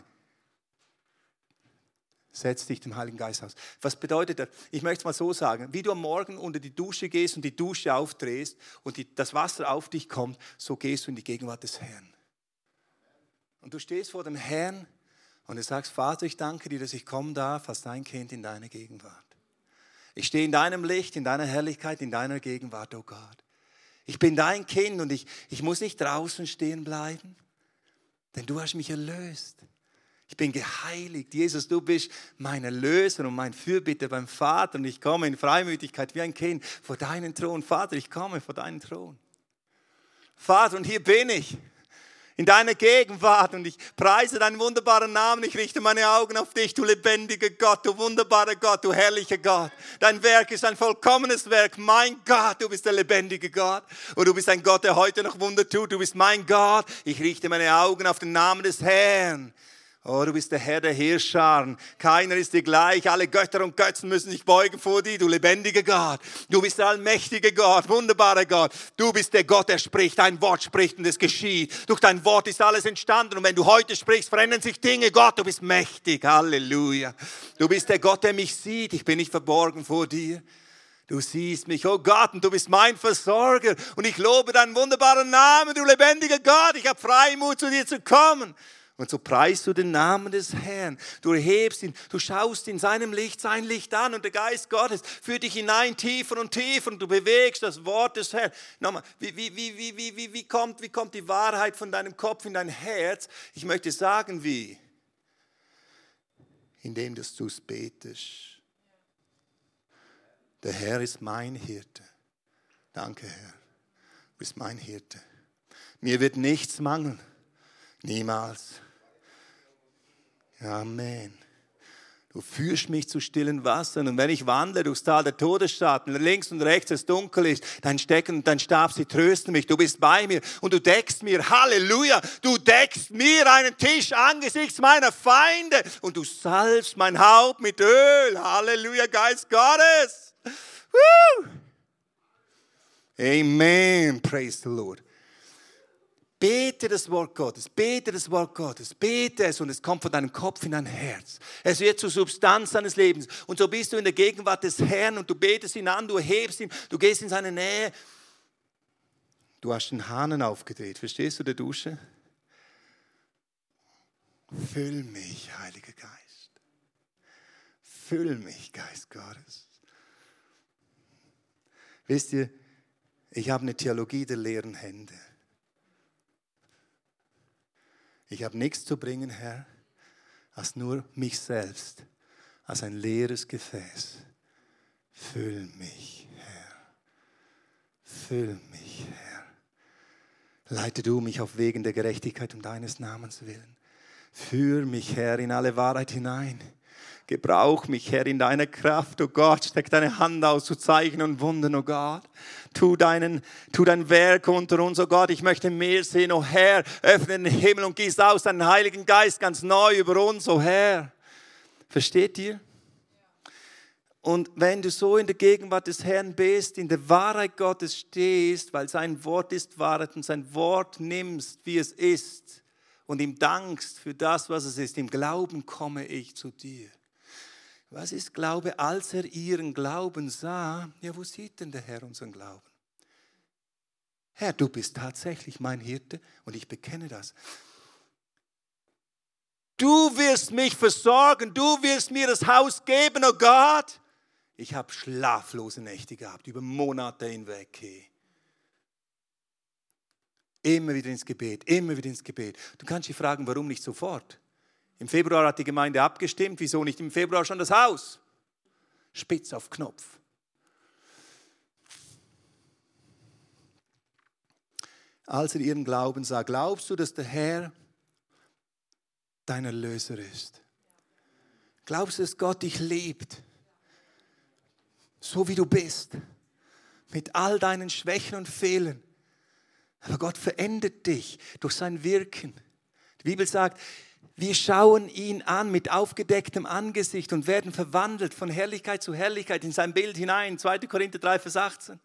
Setz dich dem Heiligen Geist aus. Was bedeutet das? Ich möchte es mal so sagen. Wie du am Morgen unter die Dusche gehst und die Dusche aufdrehst und das Wasser auf dich kommt, so gehst du in die Gegenwart des Herrn. Und du stehst vor dem Herrn und du sagst, Vater, ich danke dir, dass ich kommen darf als dein Kind in deine Gegenwart. Ich stehe in deinem Licht, in deiner Herrlichkeit, in deiner Gegenwart, oh Gott. Ich bin dein Kind und ich muss nicht draußen stehen bleiben, denn du hast mich erlöst. Ich bin geheiligt. Jesus, du bist mein Erlöser und mein Fürbitter beim Vater. Und ich komme in Freimütigkeit wie ein Kind vor deinen Thron. Vater, ich komme vor deinen Thron. Vater, und hier bin ich in deiner Gegenwart und ich preise deinen wunderbaren Namen. Ich richte meine Augen auf dich, du lebendiger Gott, du wunderbarer Gott, du herrlicher Gott. Dein Werk ist ein vollkommenes Werk. Mein Gott, du bist der lebendige Gott. Und du bist ein Gott, der heute noch Wunder tut. Du bist mein Gott. Ich richte meine Augen auf den Namen des Herrn. Oh, du bist der Herr der Heerscharen. Keiner ist dir gleich. Alle Götter und Götzen müssen sich beugen vor dir, du lebendiger Gott. Du bist der allmächtige Gott, wunderbarer Gott. Du bist der Gott, der spricht. Dein Wort spricht und es geschieht. Durch dein Wort ist alles entstanden. Und wenn du heute sprichst, verändern sich Dinge. Gott, du bist mächtig. Halleluja. Du bist der Gott, der mich sieht. Ich bin nicht verborgen vor dir. Du siehst mich, oh Gott, und du bist mein Versorger. Und ich lobe deinen wunderbaren Namen, du lebendiger Gott. Ich habe Freimut, zu dir zu kommen. Und so preist du den Namen des Herrn. Du erhebst ihn, du schaust in seinem Licht, sein Licht an und der Geist Gottes führt dich hinein tiefer und tiefer und du bewegst das Wort des Herrn. Nochmal, wie kommt die Wahrheit von deinem Kopf in dein Herz? Ich möchte sagen, wie? Indem du es betest. Der Herr ist mein Hirte. Danke, Herr. Du bist mein Hirte. Mir wird nichts mangeln. Niemals. Amen. Du führst mich zu stillen Wassern und wenn ich wandle durchs Tal der Todesschatten, links und rechts es dunkel ist, dein Stecken und dein Stab, sie trösten mich. Du bist bei mir und du deckst mir, Halleluja, du deckst mir einen Tisch angesichts meiner Feinde und du salbst mein Haupt mit Öl. Halleluja, Geist Gottes. Woo! Amen. Praise the Lord. Bete das Wort Gottes, bete das Wort Gottes, bete es und es kommt von deinem Kopf in dein Herz. Es wird zur Substanz deines Lebens und so bist du in der Gegenwart des Herrn und du betest ihn an, du erhebst ihn, du gehst in seine Nähe. Du hast den Hahn aufgedreht, verstehst du, der Dusche? Füll mich, Heiliger Geist. Füll mich, Geist Gottes. Wisst ihr, ich habe eine Theologie der leeren Hände. Ich habe nichts zu bringen, Herr, als nur mich selbst, als ein leeres Gefäß. Füll mich, Herr. Füll mich, Herr. Leite du mich auf Wegen der Gerechtigkeit um deines Namens willen. Führ mich, Herr, in alle Wahrheit hinein. Gebrauch mich, Herr, in deiner Kraft, oh Gott. Streck deine Hand aus zu Zeichen und Wundern, oh Gott. Tu dein Werk unter uns, oh Gott. Ich möchte mehr sehen, oh Herr. Öffne den Himmel und gieß aus deinen Heiligen Geist ganz neu über uns, oh Herr. Versteht ihr? Und wenn du so in der Gegenwart des Herrn bist, in der Wahrheit Gottes stehst, weil sein Wort ist Wahrheit und sein Wort nimmst, wie es ist, und ihm dankst für das, was es ist, im Glauben komme ich zu dir. Was ist Glaube? Als er ihren Glauben sah, ja, wo sieht denn der Herr unseren Glauben? Herr, du bist tatsächlich mein Hirte und ich bekenne das. Du wirst mich versorgen, du wirst mir das Haus geben, oh Gott. Ich habe schlaflose Nächte gehabt, über Monate hinweg. Hey. Immer wieder ins Gebet, immer wieder ins Gebet. Du kannst dich fragen, warum nicht sofort? Im Februar hat die Gemeinde abgestimmt, wieso nicht im Februar schon das Haus? Spitz auf Knopf. Als er ihren Glauben sah, glaubst du, dass der Herr dein Erlöser ist? Glaubst du, dass Gott dich liebt? So wie du bist. Mit all deinen Schwächen und Fehlern. Aber Gott verändert dich durch sein Wirken. Die Bibel sagt, wir schauen ihn an mit aufgedecktem Angesicht und werden verwandelt von Herrlichkeit zu Herrlichkeit in sein Bild hinein. 2. Korinther 3, Vers 18.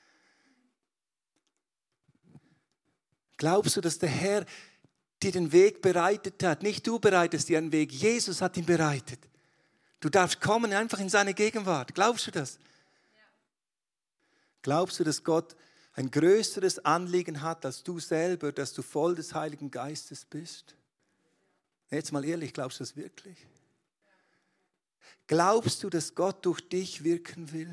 Glaubst du, dass der Herr dir den Weg bereitet hat? Nicht du bereitest dir einen Weg, Jesus hat ihn bereitet. Du darfst kommen einfach in seine Gegenwart. Glaubst du das? Glaubst du, dass Gott ein größeres Anliegen hat als du selber, dass du voll des Heiligen Geistes bist? Jetzt mal ehrlich, glaubst du das wirklich? Glaubst du, dass Gott durch dich wirken will?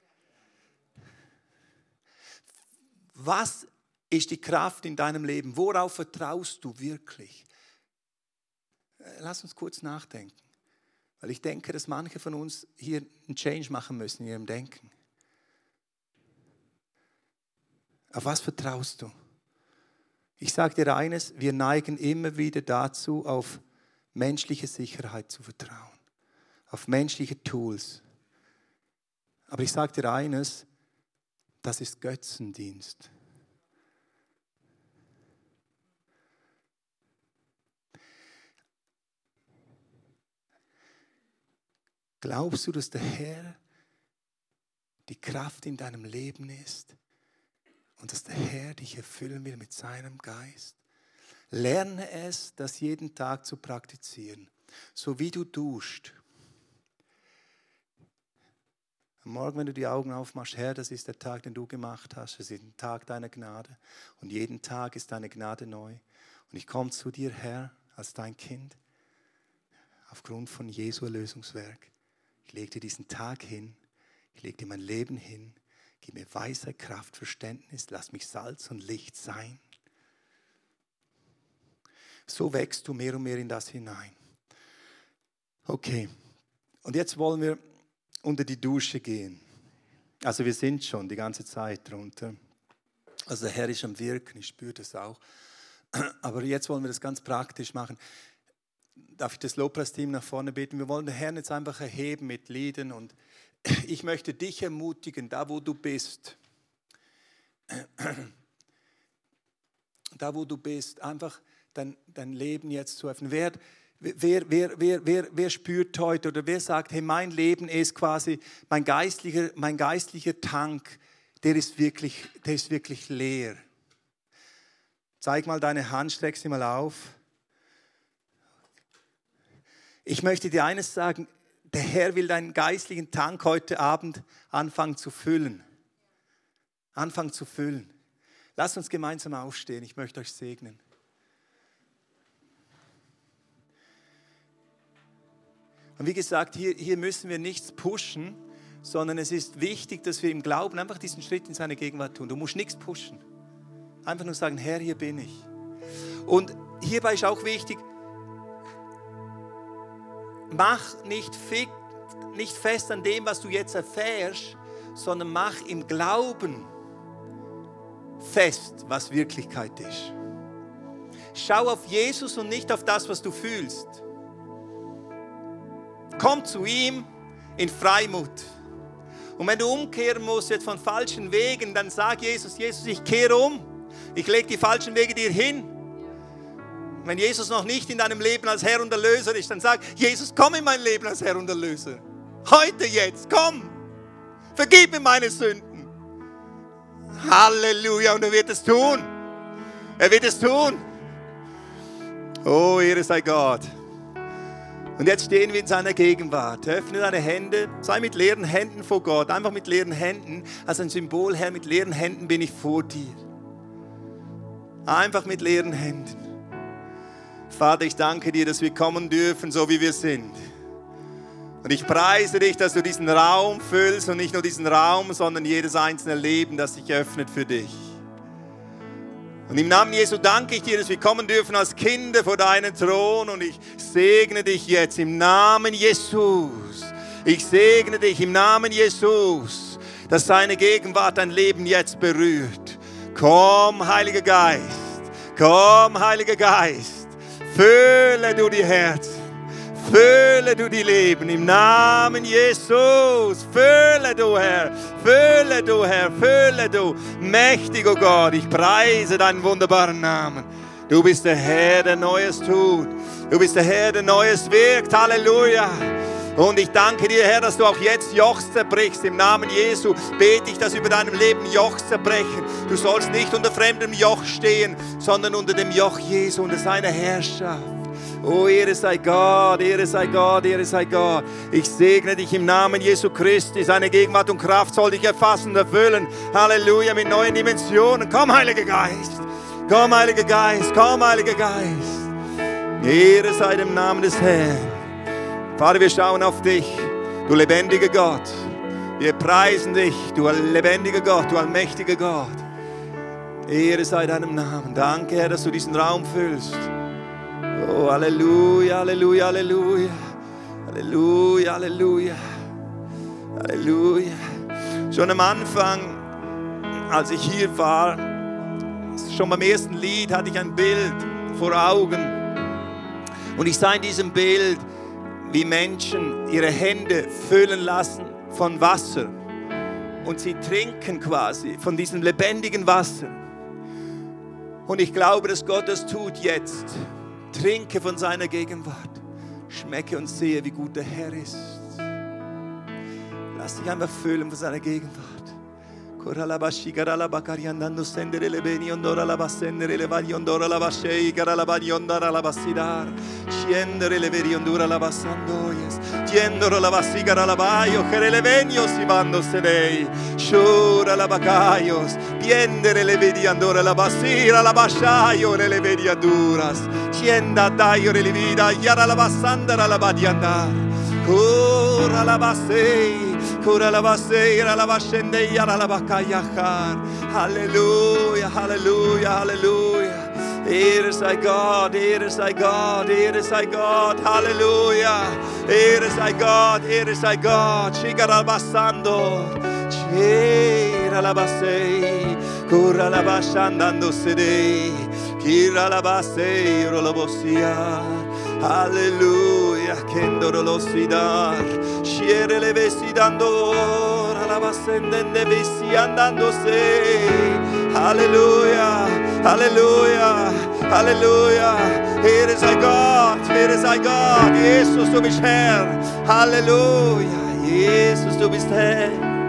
Was ist die Kraft in deinem Leben? Worauf vertraust du wirklich? Lass uns kurz nachdenken. Weil ich denke, dass manche von uns hier einen Change machen müssen in ihrem Denken. Auf was vertraust du? Ich sage dir eines, wir neigen immer wieder dazu, auf menschliche Sicherheit zu vertrauen. Auf menschliche Tools. Aber ich sage dir eines, das ist Götzendienst. Glaubst du, dass der Herr die Kraft in deinem Leben ist und dass der Herr dich erfüllen will mit seinem Geist? Lerne es, das jeden Tag zu praktizieren. So wie du duscht. Am Morgen, wenn du die Augen aufmachst, Herr, das ist der Tag, den du gemacht hast. Das ist ein Tag deiner Gnade. Und jeden Tag ist deine Gnade neu. Und ich komme zu dir, Herr, als dein Kind, aufgrund von Jesu Erlösungswerk. Ich lege dir diesen Tag hin, ich lege dir mein Leben hin, gib mir Weisheit, Kraft, Verständnis, lass mich Salz und Licht sein. So wächst du mehr und mehr in das hinein. Okay, und jetzt wollen wir unter die Dusche gehen. Also wir sind schon die ganze Zeit drunter. Also der Herr ist am Wirken, ich spüre das auch. Aber jetzt wollen wir das ganz praktisch machen. Darf ich das Lobpreisteam nach vorne beten? Wir wollen den Herrn jetzt einfach erheben mit Liedern und ich möchte dich ermutigen, da wo du bist, einfach dein Leben jetzt zu öffnen. Wer spürt heute oder wer sagt, hey, mein Leben ist quasi mein geistlicher Tank, der ist wirklich leer. Zeig mal deine Hand, streck sie mal auf. Ich möchte dir eines sagen, der Herr will deinen geistlichen Tank heute Abend anfangen zu füllen. Anfangen zu füllen. Lasst uns gemeinsam aufstehen, ich möchte euch segnen. Und wie gesagt, hier müssen wir nichts pushen, sondern es ist wichtig, dass wir im Glauben einfach diesen Schritt in seine Gegenwart tun. Du musst nichts pushen. Einfach nur sagen, Herr, hier bin ich. Und hierbei ist auch wichtig, mach nicht fest an dem, was du jetzt erfährst, sondern mach im Glauben fest, was Wirklichkeit ist. Schau auf Jesus und nicht auf das, was du fühlst. Komm zu ihm in Freimut. Und wenn du umkehren musst jetzt von falschen Wegen, dann sag Jesus, ich kehre um. Ich lege die falschen Wege dir hin. Wenn Jesus noch nicht in deinem Leben als Herr und Erlöser ist, dann sag, Jesus, komm in mein Leben als Herr und Erlöser. Heute jetzt, komm. Vergib mir meine Sünden. Halleluja, und er wird es tun. Er wird es tun. Oh, Ehre sei Gott. Und jetzt stehen wir in seiner Gegenwart. Öffne deine Hände, sei mit leeren Händen vor Gott. Einfach mit leeren Händen. Als ein Symbol, Herr, mit leeren Händen bin ich vor dir. Einfach mit leeren Händen. Vater, ich danke dir, dass wir kommen dürfen, so wie wir sind. Und ich preise dich, dass du diesen Raum füllst und nicht nur diesen Raum, sondern jedes einzelne Leben, das sich öffnet für dich. Und im Namen Jesu danke ich dir, dass wir kommen dürfen als Kinder vor deinen Thron und ich segne dich jetzt im Namen Jesus. Ich segne dich im Namen Jesus, dass seine Gegenwart dein Leben jetzt berührt. Komm, Heiliger Geist, komm, Heiliger Geist, fülle du die Herzen. Fülle du die Leben im Namen Jesus. Fülle du, Herr. Fülle du, Herr. Fülle du. Mächtiger Gott, ich preise deinen wunderbaren Namen. Du bist der Herr, der Neues tut. Du bist der Herr, der Neues wirkt. Halleluja. Und ich danke dir, Herr, dass du auch jetzt Joch zerbrichst. Im Namen Jesu bete ich, dass über deinem Leben Joch zerbrechen. Du sollst nicht unter fremdem Joch stehen, sondern unter dem Joch Jesu, unter seiner Herrschaft. Oh, Ehre sei Gott, Ehre sei Gott, Ehre sei Gott. Ich segne dich im Namen Jesu Christi. Seine Gegenwart und Kraft soll dich erfassen und erfüllen. Halleluja, mit neuen Dimensionen. Komm, Heiliger Geist. Komm, Heiliger Geist. Komm, Heiliger Geist. Ehre sei dem Namen des Herrn. Vater, wir schauen auf dich, du lebendiger Gott. Wir preisen dich, du lebendiger Gott, du allmächtiger Gott. Ehre sei deinem Namen. Danke, Herr, dass du diesen Raum füllst. Oh, Halleluja, Halleluja, Halleluja, Halleluja, Halleluja, Halleluja. Schon am Anfang, als ich hier war, schon beim ersten Lied hatte ich ein Bild vor Augen. Und ich sah in diesem Bild, wie Menschen ihre Hände füllen lassen von Wasser. Und sie trinken quasi von diesem lebendigen Wasser. Und ich glaube, dass Gott das tut jetzt. Trinke von seiner Gegenwart. Schmecke und sehe, wie gut der Herr ist. Lass dich einfach füllen von seiner Gegenwart. Halleluja, Halleluja, Halleluja. Ehre sei Gott, Ehre sei Gott, Ehre sei Gott, Halleluja. Ehre sei Gott, Ehre sei Gott. Shigarabasando, Chiralabasei, Kuralabashandando Sede, Kiralabasei, Rolobosia. Halleluja, Kendorolosidar, Shierele Vesidandor, Alabasendende Vesi andandose. Halleluja, Halleluja, Halleluja. Ehre sei Gott, Ehre sei Gott. Jesus, du bist Herr. Halleluja, Jesus, du bist Herr.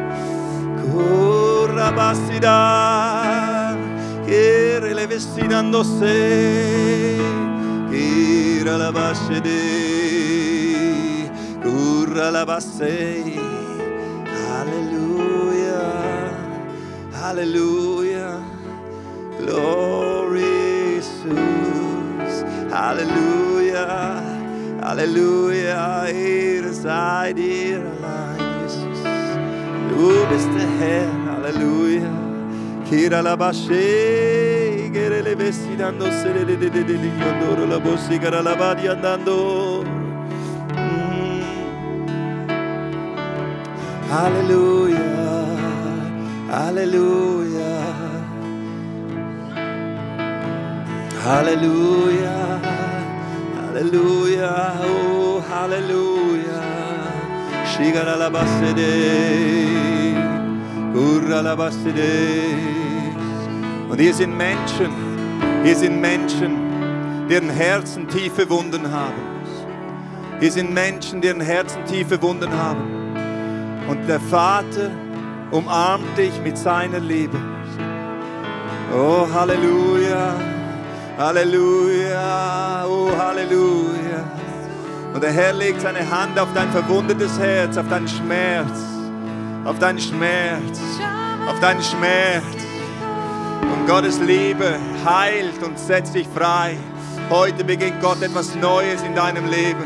Kurabasidar, Kirele Vesidandose. Kira la basede, kura la basei. Hallelujah, hallelujah, glory Jesus. Hallelujah, hallelujah. Ehre sei dir allein, Jesus. Du bist der Herr. Hallelujah. Kira la basei. Le vesti dando sere de yondoro la bossi gara la badi andando. Hallelujah, hallelujah, hallelujah, hallelujah, oh hallelujah. Shigara la basede, urra la basede. Und hier sind Menschen, deren Herzen tiefe Wunden haben. Hier sind Menschen, deren Herzen tiefe Wunden haben. Und der Vater umarmt dich mit seiner Liebe. Oh, Halleluja, Halleluja, oh, Halleluja. Und der Herr legt seine Hand auf dein verwundetes Herz, auf deinen Schmerz, auf deinen Schmerz, auf deinen Schmerz. Und Gottes Liebe heilt und setzt dich frei. Heute beginnt Gott etwas Neues in deinem Leben.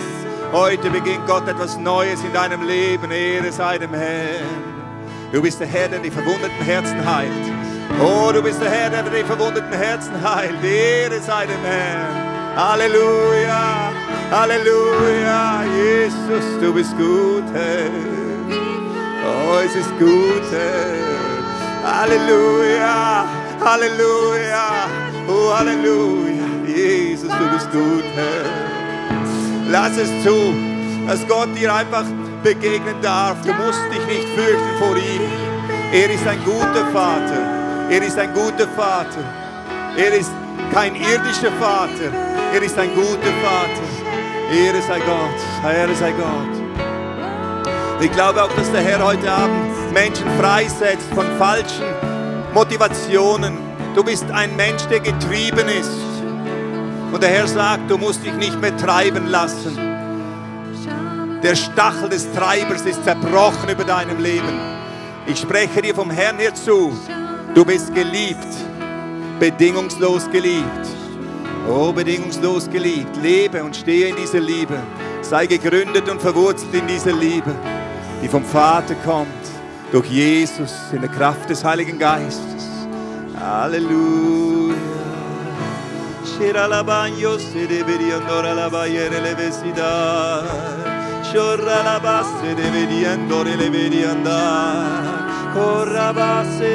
Heute beginnt Gott etwas Neues in deinem Leben. Ehre sei dem Herrn. Du bist der Herr, der die verwundeten Herzen heilt. Oh, du bist der Herr, der die verwundeten Herzen heilt. Ehre sei dem Herrn. Halleluja, Halleluja. Jesus, du bist gut, Herr. Oh, es ist gut, Herr. Halleluja, Halleluja. Oh, Halleluja. Jesus, du bist gut, Herr. Lass es zu, dass Gott dir einfach begegnen darf. Du musst dich nicht fürchten vor ihm. Er ist ein guter Vater. Er ist ein guter Vater. Er ist kein irdischer Vater. Er ist ein guter Vater. Ehre sei Gott. Ehre sei Gott. Ich glaube auch, dass der Herr heute Abend Menschen freisetzt von falschen Motivationen. Du bist ein Mensch, der getrieben ist. Und der Herr sagt, du musst dich nicht mehr treiben lassen. Der Stachel des Treibers ist zerbrochen über deinem Leben. Ich spreche dir vom Herrn her zu. Du bist geliebt, bedingungslos geliebt. Oh, bedingungslos geliebt. Lebe und stehe in dieser Liebe. Sei gegründet und verwurzelt in dieser Liebe, die vom Vater kommt, durch Jesus, in der Kraft des Heiligen Geistes. Halleluja. Shiralabagno se devi andare alla baiere le vesida. Shoralabasse devi andare le vedi andare. Corrabasse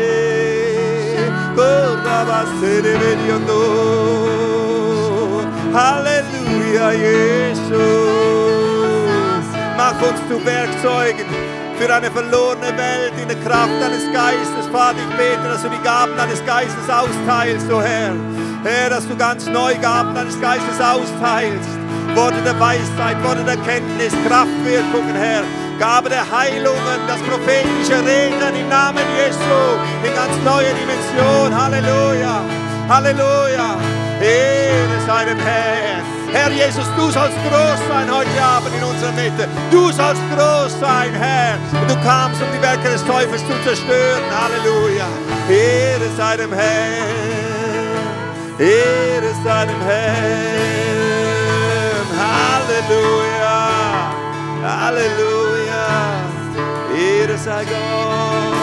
devi andare. Halleluja, Jesus. Mach uns zu Werkzeugen für eine verlorene Welt in der Kraft deines Geistes. Vater, ich bete, dass du die Gaben deines Geistes austeilst, oh Herr. Herr, dass du ganz neu Gaben deines Geistes austeilst. Worte der Weisheit, Worte der Kenntnis, Kraftwirkungen, Herr. Gabe der Heilungen, das prophetische Reden im Namen Jesu. In ganz neue Dimension. Halleluja. Halleluja. Ehre sei dem Herrn. Herr Jesus, du sollst groß sein heute Abend in unserer Mitte. Du sollst groß sein, Herr. Und du kamst, um die Werke des Teufels zu zerstören. Halleluja. Ehre sei dem Herrn. Ehre sei dem Herrn. Halleluja. Halleluja. Ehre sei Gott.